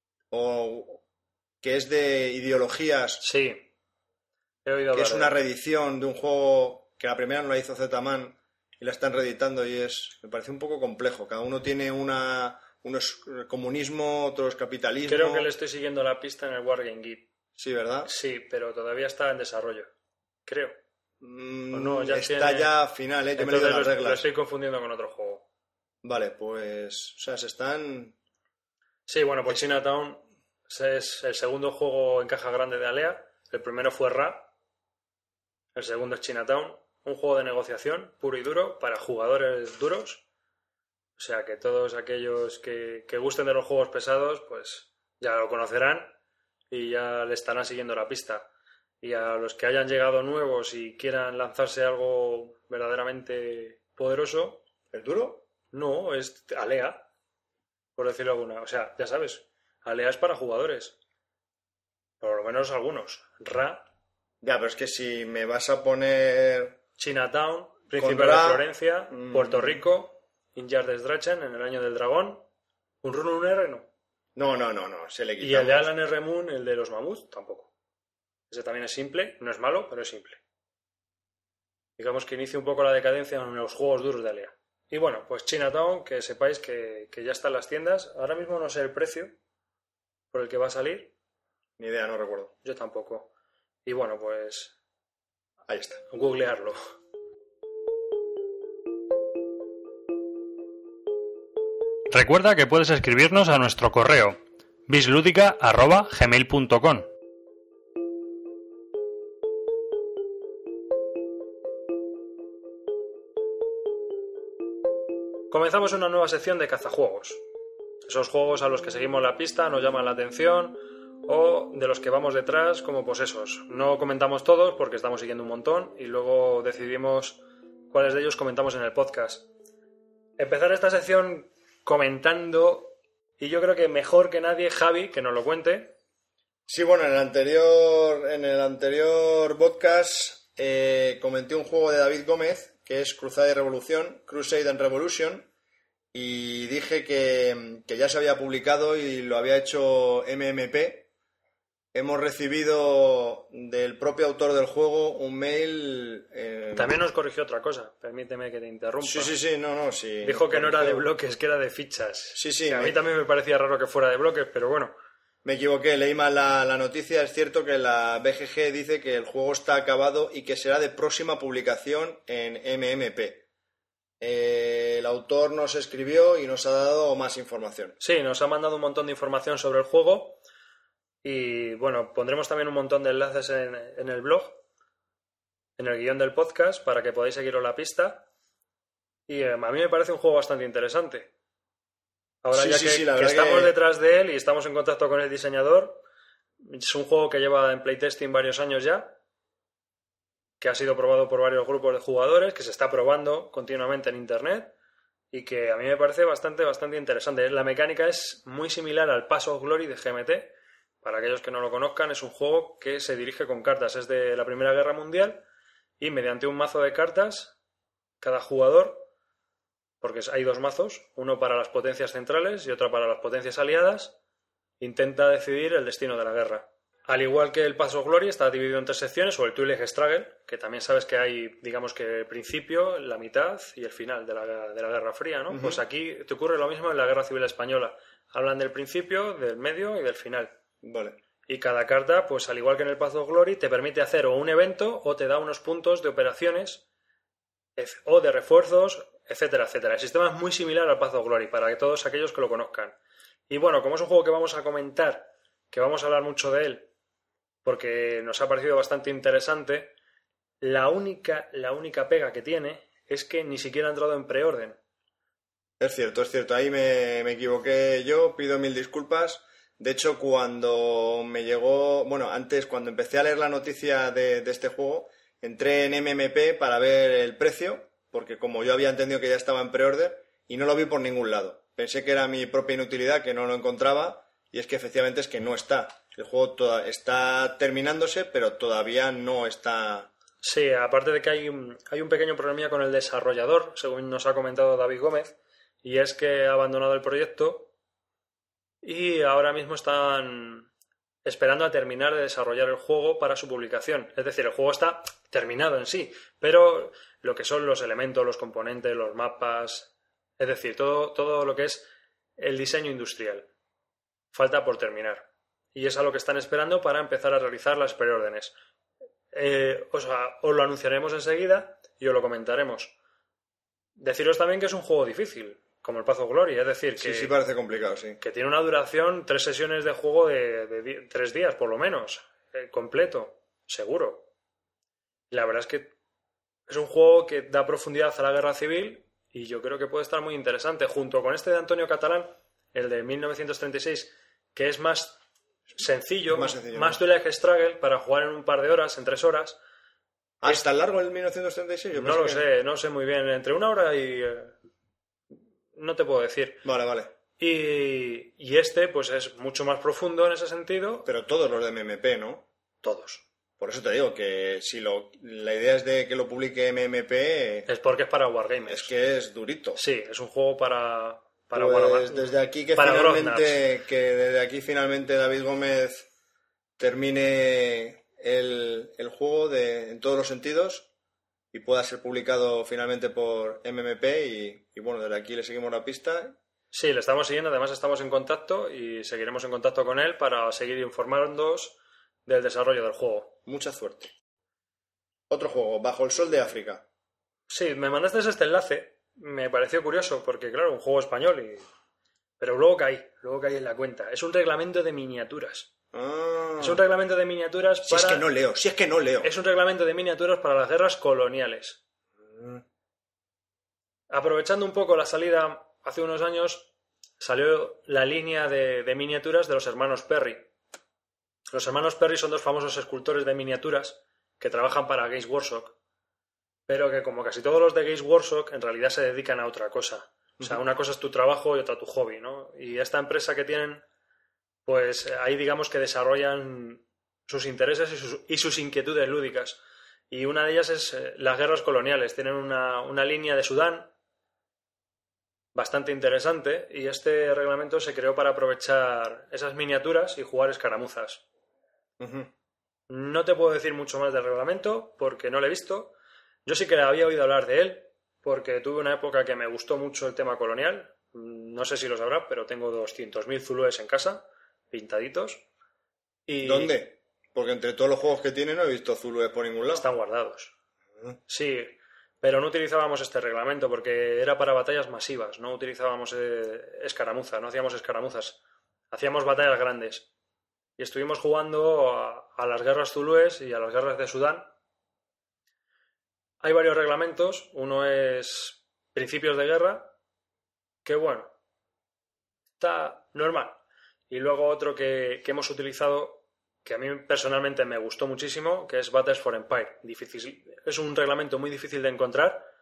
o que es de ideologías. Sí, he oído hablar. Que es una reedición de un juego que la primera no la hizo Z-Man y la están reeditando y es, me parece un poco complejo. Cada uno tiene una, uno es comunismo, otro es capitalismo. Creo que le estoy siguiendo la pista en el Wargame Geek. Sí, ¿verdad? Sí, pero todavía está en desarrollo. Creo. Mm, no, ya está tiene... ya final, ¿eh? Yo Entonces me he leído las lo, reglas. lo estoy confundiendo con otro juego. Vale, pues... O sea, se están... Sí, bueno, pues Chinatown es el segundo juego en caja grande de Alea. El primero fue Ra. El segundo es Chinatown. Un juego de negociación puro y duro para jugadores duros. O sea que todos aquellos que, que gusten de los juegos pesados, pues ya lo conocerán y ya le estarán siguiendo la pista. Y a los que hayan llegado nuevos y quieran lanzarse algo verdaderamente poderoso... ¿Es duro? No, es Alea, por decirlo alguna. O sea, ya sabes, Alea es para jugadores. Por lo menos algunos. Ra. Ya, pero es que si me vas a poner... Chinatown, Príncipe Con Ra, de Florencia, mmm... Puerto Rico, Injar des Drachen, en el año del dragón. Un Run, un R, no. No, no, no, no, se le quitamos. Y el de Alan R. Moon, el de los mamuts, tampoco. Ese también es simple, no es malo, pero es simple. Digamos que inicia un poco la decadencia en los juegos duros de Alea. Y bueno, pues Chinatown, que sepáis que, que ya está en las tiendas. Ahora mismo no sé el precio por el que va a salir. Ni idea, no recuerdo. Yo tampoco. Y bueno, pues... Ahí está. Googlearlo. Recuerda que puedes escribirnos a nuestro correo bisludica arroba gmail punto com. Comenzamos una nueva sección de cazajuegos. Esos juegos a los que seguimos la pista nos llaman la atención o de los que vamos detrás, como pues esos. No comentamos todos porque estamos siguiendo un montón y luego decidimos cuáles de ellos comentamos en el podcast. Empezar esta sección comentando, y yo creo que mejor que nadie, Javi, que nos lo cuente. Sí, bueno, en el anterior, en el anterior podcast eh, comenté un juego de David Gómez que es Cruzada y Revolución, Crusade and Revolution, y dije que, que ya se había publicado y lo había hecho M M P. Hemos recibido del propio autor del juego un mail... Eh... También nos corrigió otra cosa, permíteme que te interrumpa. Sí, sí, sí, no, no, sí. Dijo que no era de bloques, que era de fichas. Sí, sí. Que a me... mí también me parecía raro que fuera de bloques, pero bueno. Me equivoqué, leí mal la, la noticia. Es cierto que la B G G dice que el juego está acabado y que será de próxima publicación en M M P. Eh, el autor nos escribió y nos ha dado más información. Sí, nos ha mandado un montón de información sobre el juego y bueno, pondremos también un montón de enlaces en, en el blog, en el guión del podcast, para que podáis seguirlo la pista. Y eh, a mí me parece un juego bastante interesante. Ahora sí, ya sí, que, sí, la que verdad estamos que... detrás de él y estamos en contacto con el diseñador, es un juego que lleva en playtesting varios años ya, que ha sido probado por varios grupos de jugadores, que se está probando continuamente en internet y que a mí me parece bastante, bastante interesante. La mecánica es muy similar al Path of Glory de G M T. Para aquellos que no lo conozcan, es un juego que se dirige con cartas. Es de la Primera Guerra Mundial y mediante un mazo de cartas, cada jugador, porque hay dos mazos, uno para las potencias centrales y otro para las potencias aliadas, intenta decidir el destino de la guerra. Al igual que el Path of Glory está dividido en tres secciones, o el Two-Leg Struggle, que también sabes que hay, digamos que el principio, la mitad y el final de la, de la Guerra Fría, ¿no? Uh-huh. Pues aquí te ocurre lo mismo en la Guerra Civil Española. Hablan del principio, del medio y del final. Vale. Y cada carta, pues al igual que en el Path of Glory, te permite hacer o un evento o te da unos puntos de operaciones o de refuerzos, etcétera, etcétera. El sistema es muy similar al Path of Glory, para que todos aquellos que lo conozcan. Y bueno, como es un juego que vamos a comentar, que vamos a hablar mucho de él, porque nos ha parecido bastante interesante, la única, la única pega que tiene es que ni siquiera ha entrado en preorden. Es cierto, es cierto. Ahí me, me equivoqué yo, pido mil disculpas. De hecho, cuando me llegó... Bueno, antes, cuando empecé a leer la noticia de, de este juego, entré en M M P para ver el precio, porque como yo había entendido que ya estaba en pre-order, y no lo vi por ningún lado. Pensé que era mi propia inutilidad, que no lo encontraba, y es que efectivamente es que no está. El juego toda, está terminándose, pero todavía no está... Sí, aparte de que hay un, hay un pequeño problemilla con el desarrollador, según nos ha comentado David Gómez, y es que ha abandonado el proyecto y ahora mismo están esperando a terminar de desarrollar el juego para su publicación. Es decir, el juego está terminado en sí, pero lo que son los elementos, los componentes, los mapas, es decir, todo, todo lo que es el diseño industrial, falta por terminar. Y es a lo que están esperando para empezar a realizar las preórdenes. Eh, o sea, os lo anunciaremos enseguida y os lo comentaremos. Deciros también que es un juego difícil, como el Path of Glory, es decir, que, sí, sí parece complicado, sí. Que tiene una duración, tres sesiones de juego de, de, de tres días, por lo menos, eh, completo, seguro. Y la verdad es que es un juego que da profundidad a la guerra civil y yo creo que puede estar muy interesante, junto con este de Antonio Catalán, el de mil novecientos treinta y seis, que es más sencillo, más, sencillo, más Two-Leg Struggle, para jugar en un par de horas, en tres horas. ¿Ah, es tan largo el mil novecientos treinta y seis? Yo no lo que... sé, no sé muy bien, entre una hora y... Eh, no te puedo decir. Vale, vale. Y, y este, pues es mucho más profundo en ese sentido. Pero todos los de M M P, ¿no? Todos. Por eso te digo que si lo, la idea es de que lo publique M M P... Es porque es para Wargamers. Es que es durito. Sí, es un juego para... para pues Wargamers. Desde aquí que finalmente, que desde aquí finalmente David Gómez termine el, el juego de, en todos los sentidos y pueda ser publicado finalmente por M M P y, y bueno, desde aquí le seguimos la pista. Sí, le estamos siguiendo, además estamos en contacto y seguiremos en contacto con él para seguir informándoos del desarrollo del juego. Mucha suerte. Otro juego, Bajo el Sol de África. Sí, me mandaste este enlace, me pareció curioso porque claro, un juego español y... pero luego caí, luego caí en la cuenta. Es un reglamento de miniaturas. Ah. Es un reglamento de miniaturas para... Si es que no leo, si es que no leo. Es un reglamento de miniaturas para las guerras coloniales. Mm. Aprovechando un poco la salida, hace unos años salió la línea de, de miniaturas de los hermanos Perry. Los hermanos Perry son dos famosos escultores de miniaturas que trabajan para Games Workshop, pero que como casi todos los de Games Workshop en realidad se dedican a otra cosa. O sea, una cosa es tu trabajo y otra tu hobby, ¿no? Y esta empresa que tienen, pues ahí digamos que desarrollan sus intereses y sus, y sus inquietudes lúdicas. Y una de ellas es eh, las guerras coloniales. Tienen una, una línea de Sudán bastante interesante y este reglamento se creó para aprovechar esas miniaturas y jugar escaramuzas. Uh-huh. No te puedo decir mucho más del reglamento porque no lo he visto. Yo sí que había oído hablar de él porque tuve una época que me gustó mucho el tema colonial. No sé si lo sabrás, pero tengo doscientos mil zulúes en casa, pintaditos. Y ¿dónde? Porque entre todos los juegos que tiene no he visto zulúes por ningún lado. Están guardados. Uh-huh. Sí, pero no utilizábamos este reglamento porque era para batallas masivas. No utilizábamos eh, escaramuzas, no hacíamos escaramuzas. Hacíamos batallas grandes. Y estuvimos jugando a, a las guerras zulúes y a las guerras de Sudán. Hay varios reglamentos. Uno es principios de guerra, que bueno, está normal. Y luego otro que, que hemos utilizado, que a mí personalmente me gustó muchísimo, que es Battles for Empire. Difícil, es un reglamento muy difícil de encontrar,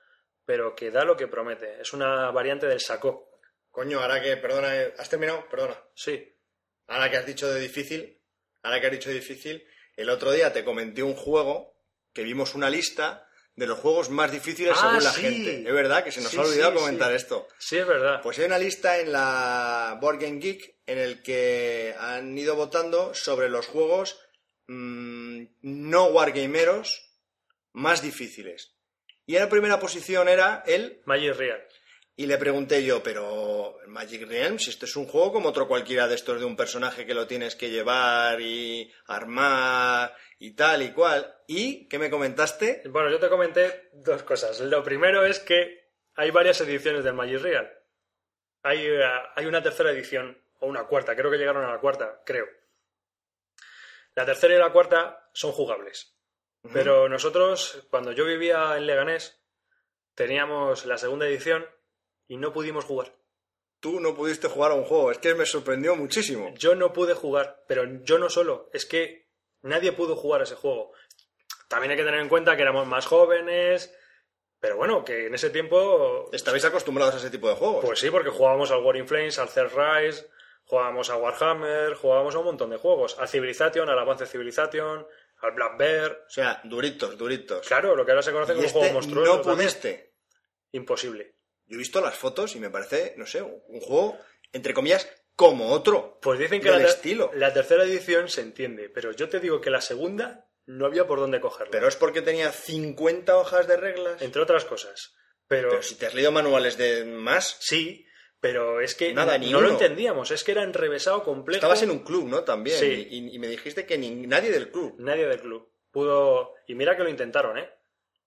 pero que da lo que promete. Es una variante del Sacó. Coño, ahora que, perdona, ¿has terminado? Perdona. Sí. Ahora que has dicho de difícil, ahora que has dicho de difícil, el otro día te comenté un juego que vimos una lista de los juegos más difíciles Ah, según la sí. gente. Es verdad que se nos Sí, ha olvidado sí, comentar sí. esto. Sí, es verdad. Pues hay una lista en la Board Game Geek en el que han ido votando sobre los juegos mmm, no wargameros más difíciles. Y en la primera posición era el... Magic Real. Y le pregunté yo, pero Magic Realms, si esto es un juego como otro cualquiera de estos de un personaje que lo tienes que llevar y armar y tal y cual. ¿Y qué me comentaste? Bueno, yo te comenté dos cosas. Lo primero es que hay varias ediciones del Magic Real. Hay, uh, hay una tercera edición, o una cuarta, creo que llegaron a la cuarta, creo. La tercera y la cuarta son jugables. Uh-huh. Pero nosotros, cuando yo vivía en Leganés, teníamos la segunda edición y no pudimos jugar. Tú no pudiste jugar a un juego, es que me sorprendió muchísimo. Yo no pude jugar, pero yo no solo, es que nadie pudo jugar a ese juego. También hay que tener en cuenta que éramos más jóvenes, pero bueno, que en ese tiempo... ¿Estabais acostumbrados a ese tipo de juegos? Pues sí, porque jugábamos al War in Flames, al Third Rise, jugábamos a Warhammer, jugábamos a un montón de juegos. Al Civilization, al Advanced Civilization, al Black Bear... O sea, duritos, duritos. Claro, lo que ahora se conoce como este juego monstruoso. ¿No pudiste? También. Imposible. Yo he visto las fotos y me parece, no sé, un juego, entre comillas, como otro. Pues dicen que del la, ter- estilo. la tercera edición se entiende, pero yo te digo que la segunda no había por dónde cogerla. Pero es porque tenía cincuenta hojas de reglas. Entre otras cosas. Pero, pero si te has leído manuales de más... Sí, pero es que Nada, no, ni no uno. lo entendíamos, es que era enrevesado complejo. Estabas en un club, ¿no? También. Sí. Y, y me dijiste que ni, nadie del club. Nadie del club pudo... Y mira que lo intentaron, ¿eh?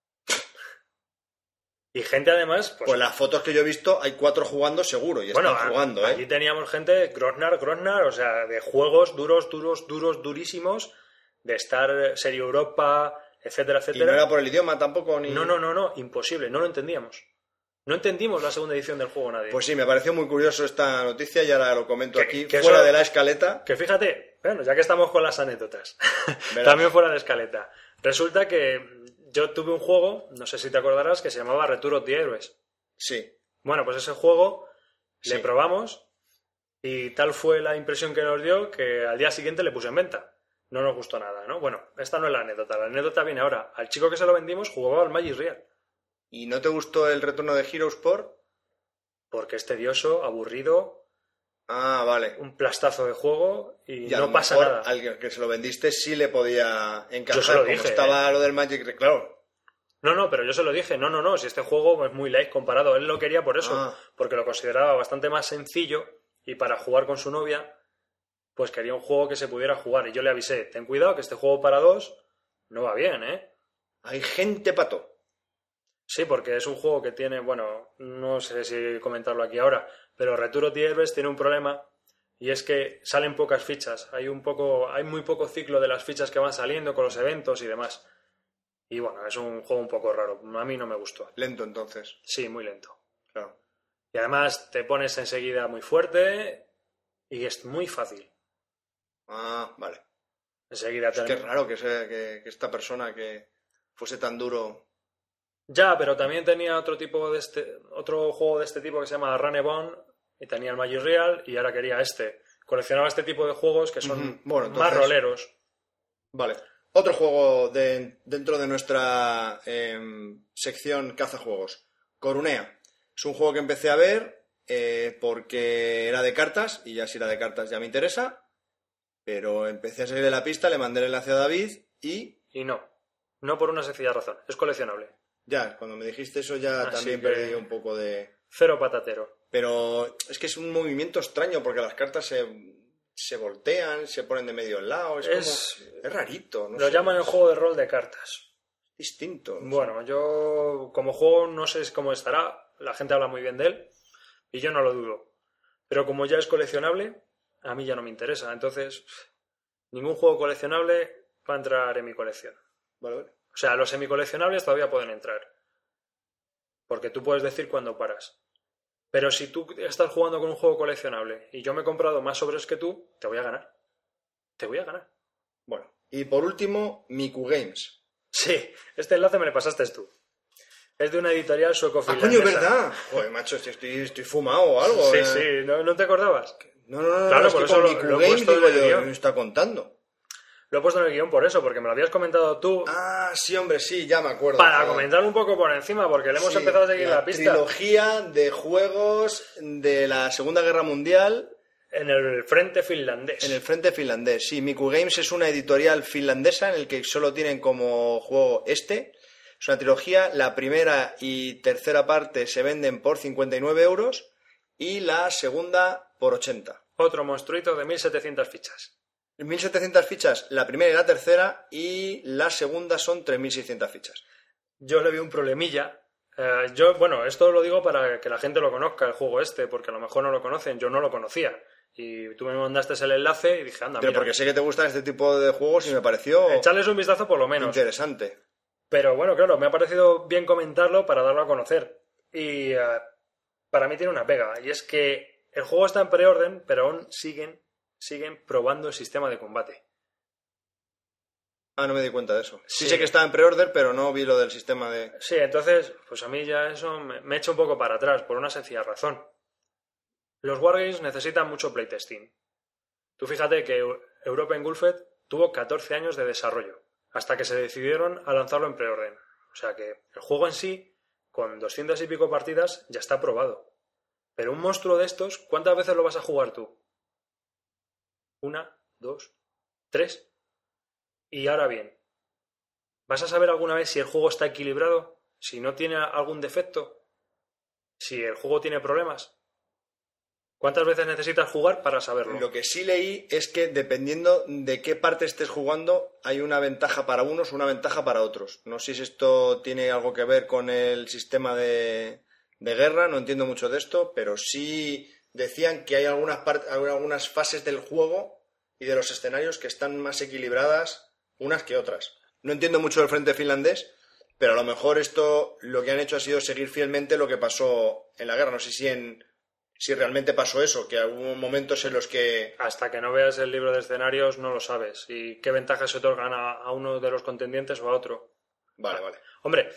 Y gente además... Pues, pues las fotos que yo he visto, hay cuatro jugando seguro y bueno, están jugando, ¿eh? Allí teníamos gente, Grosnar, Grosnar, o sea, de juegos duros, duros, duros, durísimos, de estar Serie Europa, etcétera, etcétera. Y no era por el idioma tampoco, ni... No, no, no, no, imposible, no lo entendíamos. No entendimos la segunda edición del juego nadie. Pues sí, me pareció muy curioso esta noticia y ahora lo comento que, aquí, que fuera eso, de la escaleta. Que fíjate, bueno, ya que estamos con las anécdotas, también fuera de escaleta. Resulta que yo tuve un juego, no sé si te acordarás, que se llamaba Return of the Heroes. Sí. Bueno, pues ese juego sí. le probamos y tal fue la impresión que nos dio que al día siguiente le puse en venta. No nos gustó nada, ¿no? Bueno, esta no es la anécdota, la anécdota viene ahora. Al chico que se lo vendimos jugaba al Magic Real. ¿Y no te gustó el retorno de Heroes por...? Porque es tedioso, aburrido... Ah, vale. Un plastazo de juego y, y no pasa nada. Al que se lo vendiste sí le podía encajar. Yo se lo como dije, estaba ¿eh? Lo del Magic, claro. No, no, pero yo se lo dije. No, no, no. Si este juego es muy light comparado. Él lo quería por eso. Ah. Porque lo consideraba bastante más sencillo y para jugar con su novia, pues quería un juego que se pudiera jugar. Y yo le avisé, ten cuidado que este juego para dos no va bien, ¿eh? Hay gente pato. Sí, porque es un juego que tiene, bueno, no sé si comentarlo aquí ahora, pero Return of the Heroes tiene un problema y es que salen pocas fichas. Hay un poco, hay muy poco ciclo de las fichas que van saliendo con los eventos y demás. Y bueno, es un juego un poco raro. A mí no me gustó. Lento entonces. Sí, muy lento. Claro. Y además te pones enseguida muy fuerte y es muy fácil. Ah, vale. Enseguida te... Es que es raro que, sea, que, que esta persona que fuese tan duro... Ya, pero también tenía otro tipo de este, otro juego de este tipo que se llama Runnebound y tenía el Magic Real y ahora quería este. Coleccionaba este tipo de juegos que son uh-huh. bueno, entonces... más roleros. Vale. Otro juego de, dentro de nuestra eh, sección cazajuegos. Corunea. Es un juego que empecé a ver eh, porque era de cartas y ya si era de cartas ya me interesa. Pero empecé a salir de la pista, le mandé el enlace a David y... Y no. No por una sencilla razón. Es coleccionable. Ya, cuando me dijiste eso ya Así también que... perdí un poco de... Cero patatero. Pero es que es un movimiento extraño porque las cartas se, se voltean, se ponen de medio lado. Es, es... como... es rarito. No Lo sé. llaman el juego de rol de cartas. Distinto. No bueno, sé. yo como juego no sé cómo estará. La gente habla muy bien de él y yo no lo dudo. Pero como ya es coleccionable, a mí ya no me interesa. Entonces, ningún juego coleccionable va a entrar en mi colección. Vale, vale. O sea, los semicoleccionables todavía pueden entrar. Porque tú puedes decir cuándo paras. Pero si tú estás jugando con un juego coleccionable y yo me he comprado más sobres que tú, te voy a ganar. Te voy a ganar. Bueno, y por último, Miku Games. Sí, este enlace me lo pasaste tú. Es de una editorial ¡Ah, sueco-finlandesa. coño, es verdad! Joder, macho, estoy, estoy fumado o algo. Sí, eh. sí, ¿no, ¿no te acordabas? No, no, no, Claro, no, es por que eso con lo- Miku lo he Games puesto en digo el yo, guión. ¿qué me está contando? Lo he puesto en el guión por eso, porque me lo habías comentado tú Ah, sí, hombre, sí, ya me acuerdo. para joder. comentar un poco por encima, porque le hemos Sí, empezado a seguir la, pista. Trilogía de juegos de la Segunda Guerra Mundial En el frente finlandés. en el frente finlandés. Sí, Miku Games es una editorial finlandesa en el que solo tienen como juego este. Es una trilogía. La primera y tercera parte se venden por cincuenta y nueve euros y la segunda por ochenta. Otro monstruito de mil setecientas fichas. mil setecientas fichas la primera y la tercera, y la segunda son tres mil seiscientas fichas. Yo le vi un problemilla. Eh, yo, bueno, esto lo digo para que la gente lo conozca, el juego este, porque a lo mejor no lo conocen. Yo no lo conocía. Y tú me mandaste el enlace y dije, anda, Pero mira, porque sé que te gustan este tipo de juegos y me pareció echarles un vistazo por lo menos. interesante. Pero bueno, claro, me ha parecido bien comentarlo para darlo a conocer. Y eh, para mí tiene una pega. Y es que el juego está en preorden, pero aún siguen, siguen probando el sistema de combate. Ah, no me di cuenta de eso. Sí, Sí. sé que estaba en pre-order, pero no vi lo del sistema de... Sí, entonces, pues a mí ya eso me, me echa un poco para atrás, por una sencilla razón. Los Wargames necesitan mucho playtesting. Tú fíjate que Eu- Europa Engulfed tuvo catorce años de desarrollo, hasta que se decidieron a lanzarlo en preorden. O sea que el juego en sí, con doscientas y pico partidas, ya está probado. Pero un monstruo de estos, ¿cuántas veces lo vas a jugar tú? Una, dos, tres. Y ahora bien, ¿vas a saber alguna vez si el juego está equilibrado? ¿Si no tiene algún defecto? ¿Si el juego tiene problemas? ¿Cuántas veces necesitas jugar para saberlo? Lo que sí leí es que dependiendo de qué parte estés jugando, hay una ventaja para unos, una ventaja para otros. No sé si esto tiene algo que ver con el sistema de, de guerra, no entiendo mucho de esto, pero sí decían que hay algunas, part- hay algunas fases del juego y de los escenarios que están más equilibradas unas que otras. No entiendo mucho del frente finlandés, pero a lo mejor esto lo que han hecho ha sido seguir fielmente lo que pasó en la guerra. No sé si en si realmente pasó eso, que hubo momentos en los que... Hasta que no veas el libro de escenarios no lo sabes. ¿Y qué ventajas se otorgan a, a uno de los contendientes o a otro? Vale, vale. Hombre,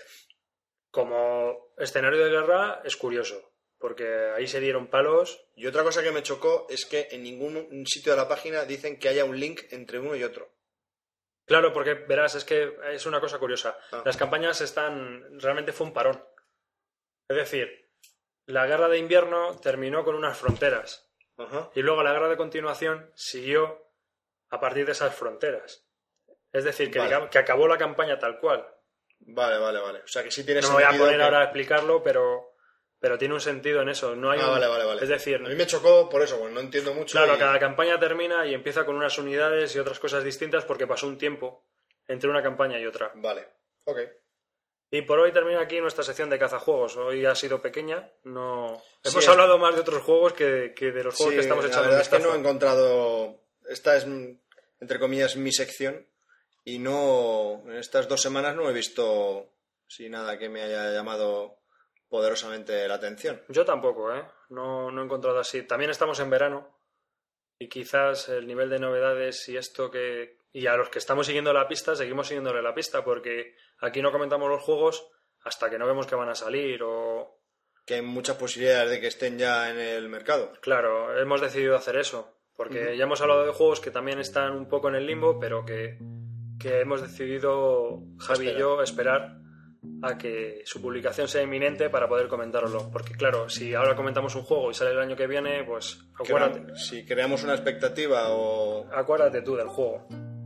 como escenario de guerra es curioso, porque ahí se dieron palos. Y otra cosa que me chocó es que en ningún sitio de la página dicen que haya un link entre uno y otro. Claro, porque verás, es que es una cosa curiosa. Ah. Las campañas están... Realmente fue un parón. Es decir, la guerra de invierno terminó con unas fronteras. Ajá. Y luego la guerra de continuación siguió a partir de esas fronteras. Es decir, que, Vale. digamos, que acabó la campaña tal cual. Vale, vale, vale. O sea que sí tiene No me voy a sentido poner que- ahora a explicarlo, pero, pero tiene un sentido en eso. No hay Ah, un- vale, vale, vale. Es decir, A mí me chocó por eso, porque no entiendo mucho. claro, y- cada campaña termina y empieza con unas unidades y otras cosas distintas porque pasó un tiempo entre una campaña y otra. Vale, ok. Y por hoy termina aquí nuestra sección de cazajuegos. Hoy ha sido pequeña. No Sí, Hemos es- hablado más de otros juegos que, que de los juegos Sí, que estamos la echando un verdad es que vistazo. no he encontrado... Esta es, entre comillas, mi sección. Y no... En estas dos semanas no he visto... Sí, nada que me haya llamado poderosamente la atención. Yo tampoco, ¿eh? No, no he encontrado así. También estamos en verano y quizás el nivel de novedades y esto que... Y a los que estamos siguiendo la pista, seguimos siguiéndole la pista porque aquí no comentamos los juegos hasta que no vemos que van a salir o... Que hay muchas posibilidades de que estén ya en el mercado. Claro, hemos decidido hacer eso porque ya hemos hablado de juegos que también están un poco en el limbo, pero que, que hemos decidido, Javi y yo, esperar a que su publicación sea inminente para poder comentároslo. Porque claro, si ahora comentamos un juego y sale el año que viene, pues acuérdate, Crea- Si creamos una expectativa o... acuérdate tú del juego.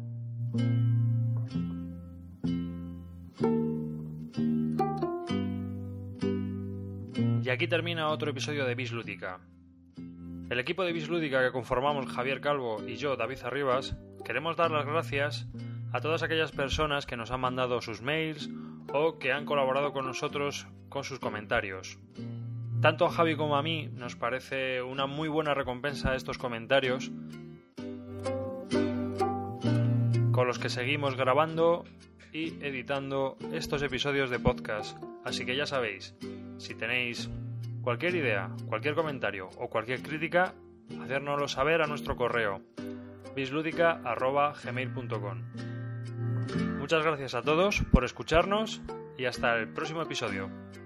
Y aquí termina otro episodio de Bis Lúdica. El equipo de Bis Lúdica que conformamos Javier Calvo y yo, David Arribas, queremos dar las gracias a todas aquellas personas que nos han mandado sus mails o que han colaborado con nosotros con sus comentarios. Tanto a Javi como a mí nos parece una muy buena recompensa estos comentarios con los que seguimos grabando y editando estos episodios de podcast. Así que ya sabéis, si tenéis cualquier idea, cualquier comentario o cualquier crítica, hacérnoslo saber a nuestro correo bisludica arroba gmail punto com. Muchas gracias a todos por escucharnos y hasta el próximo episodio.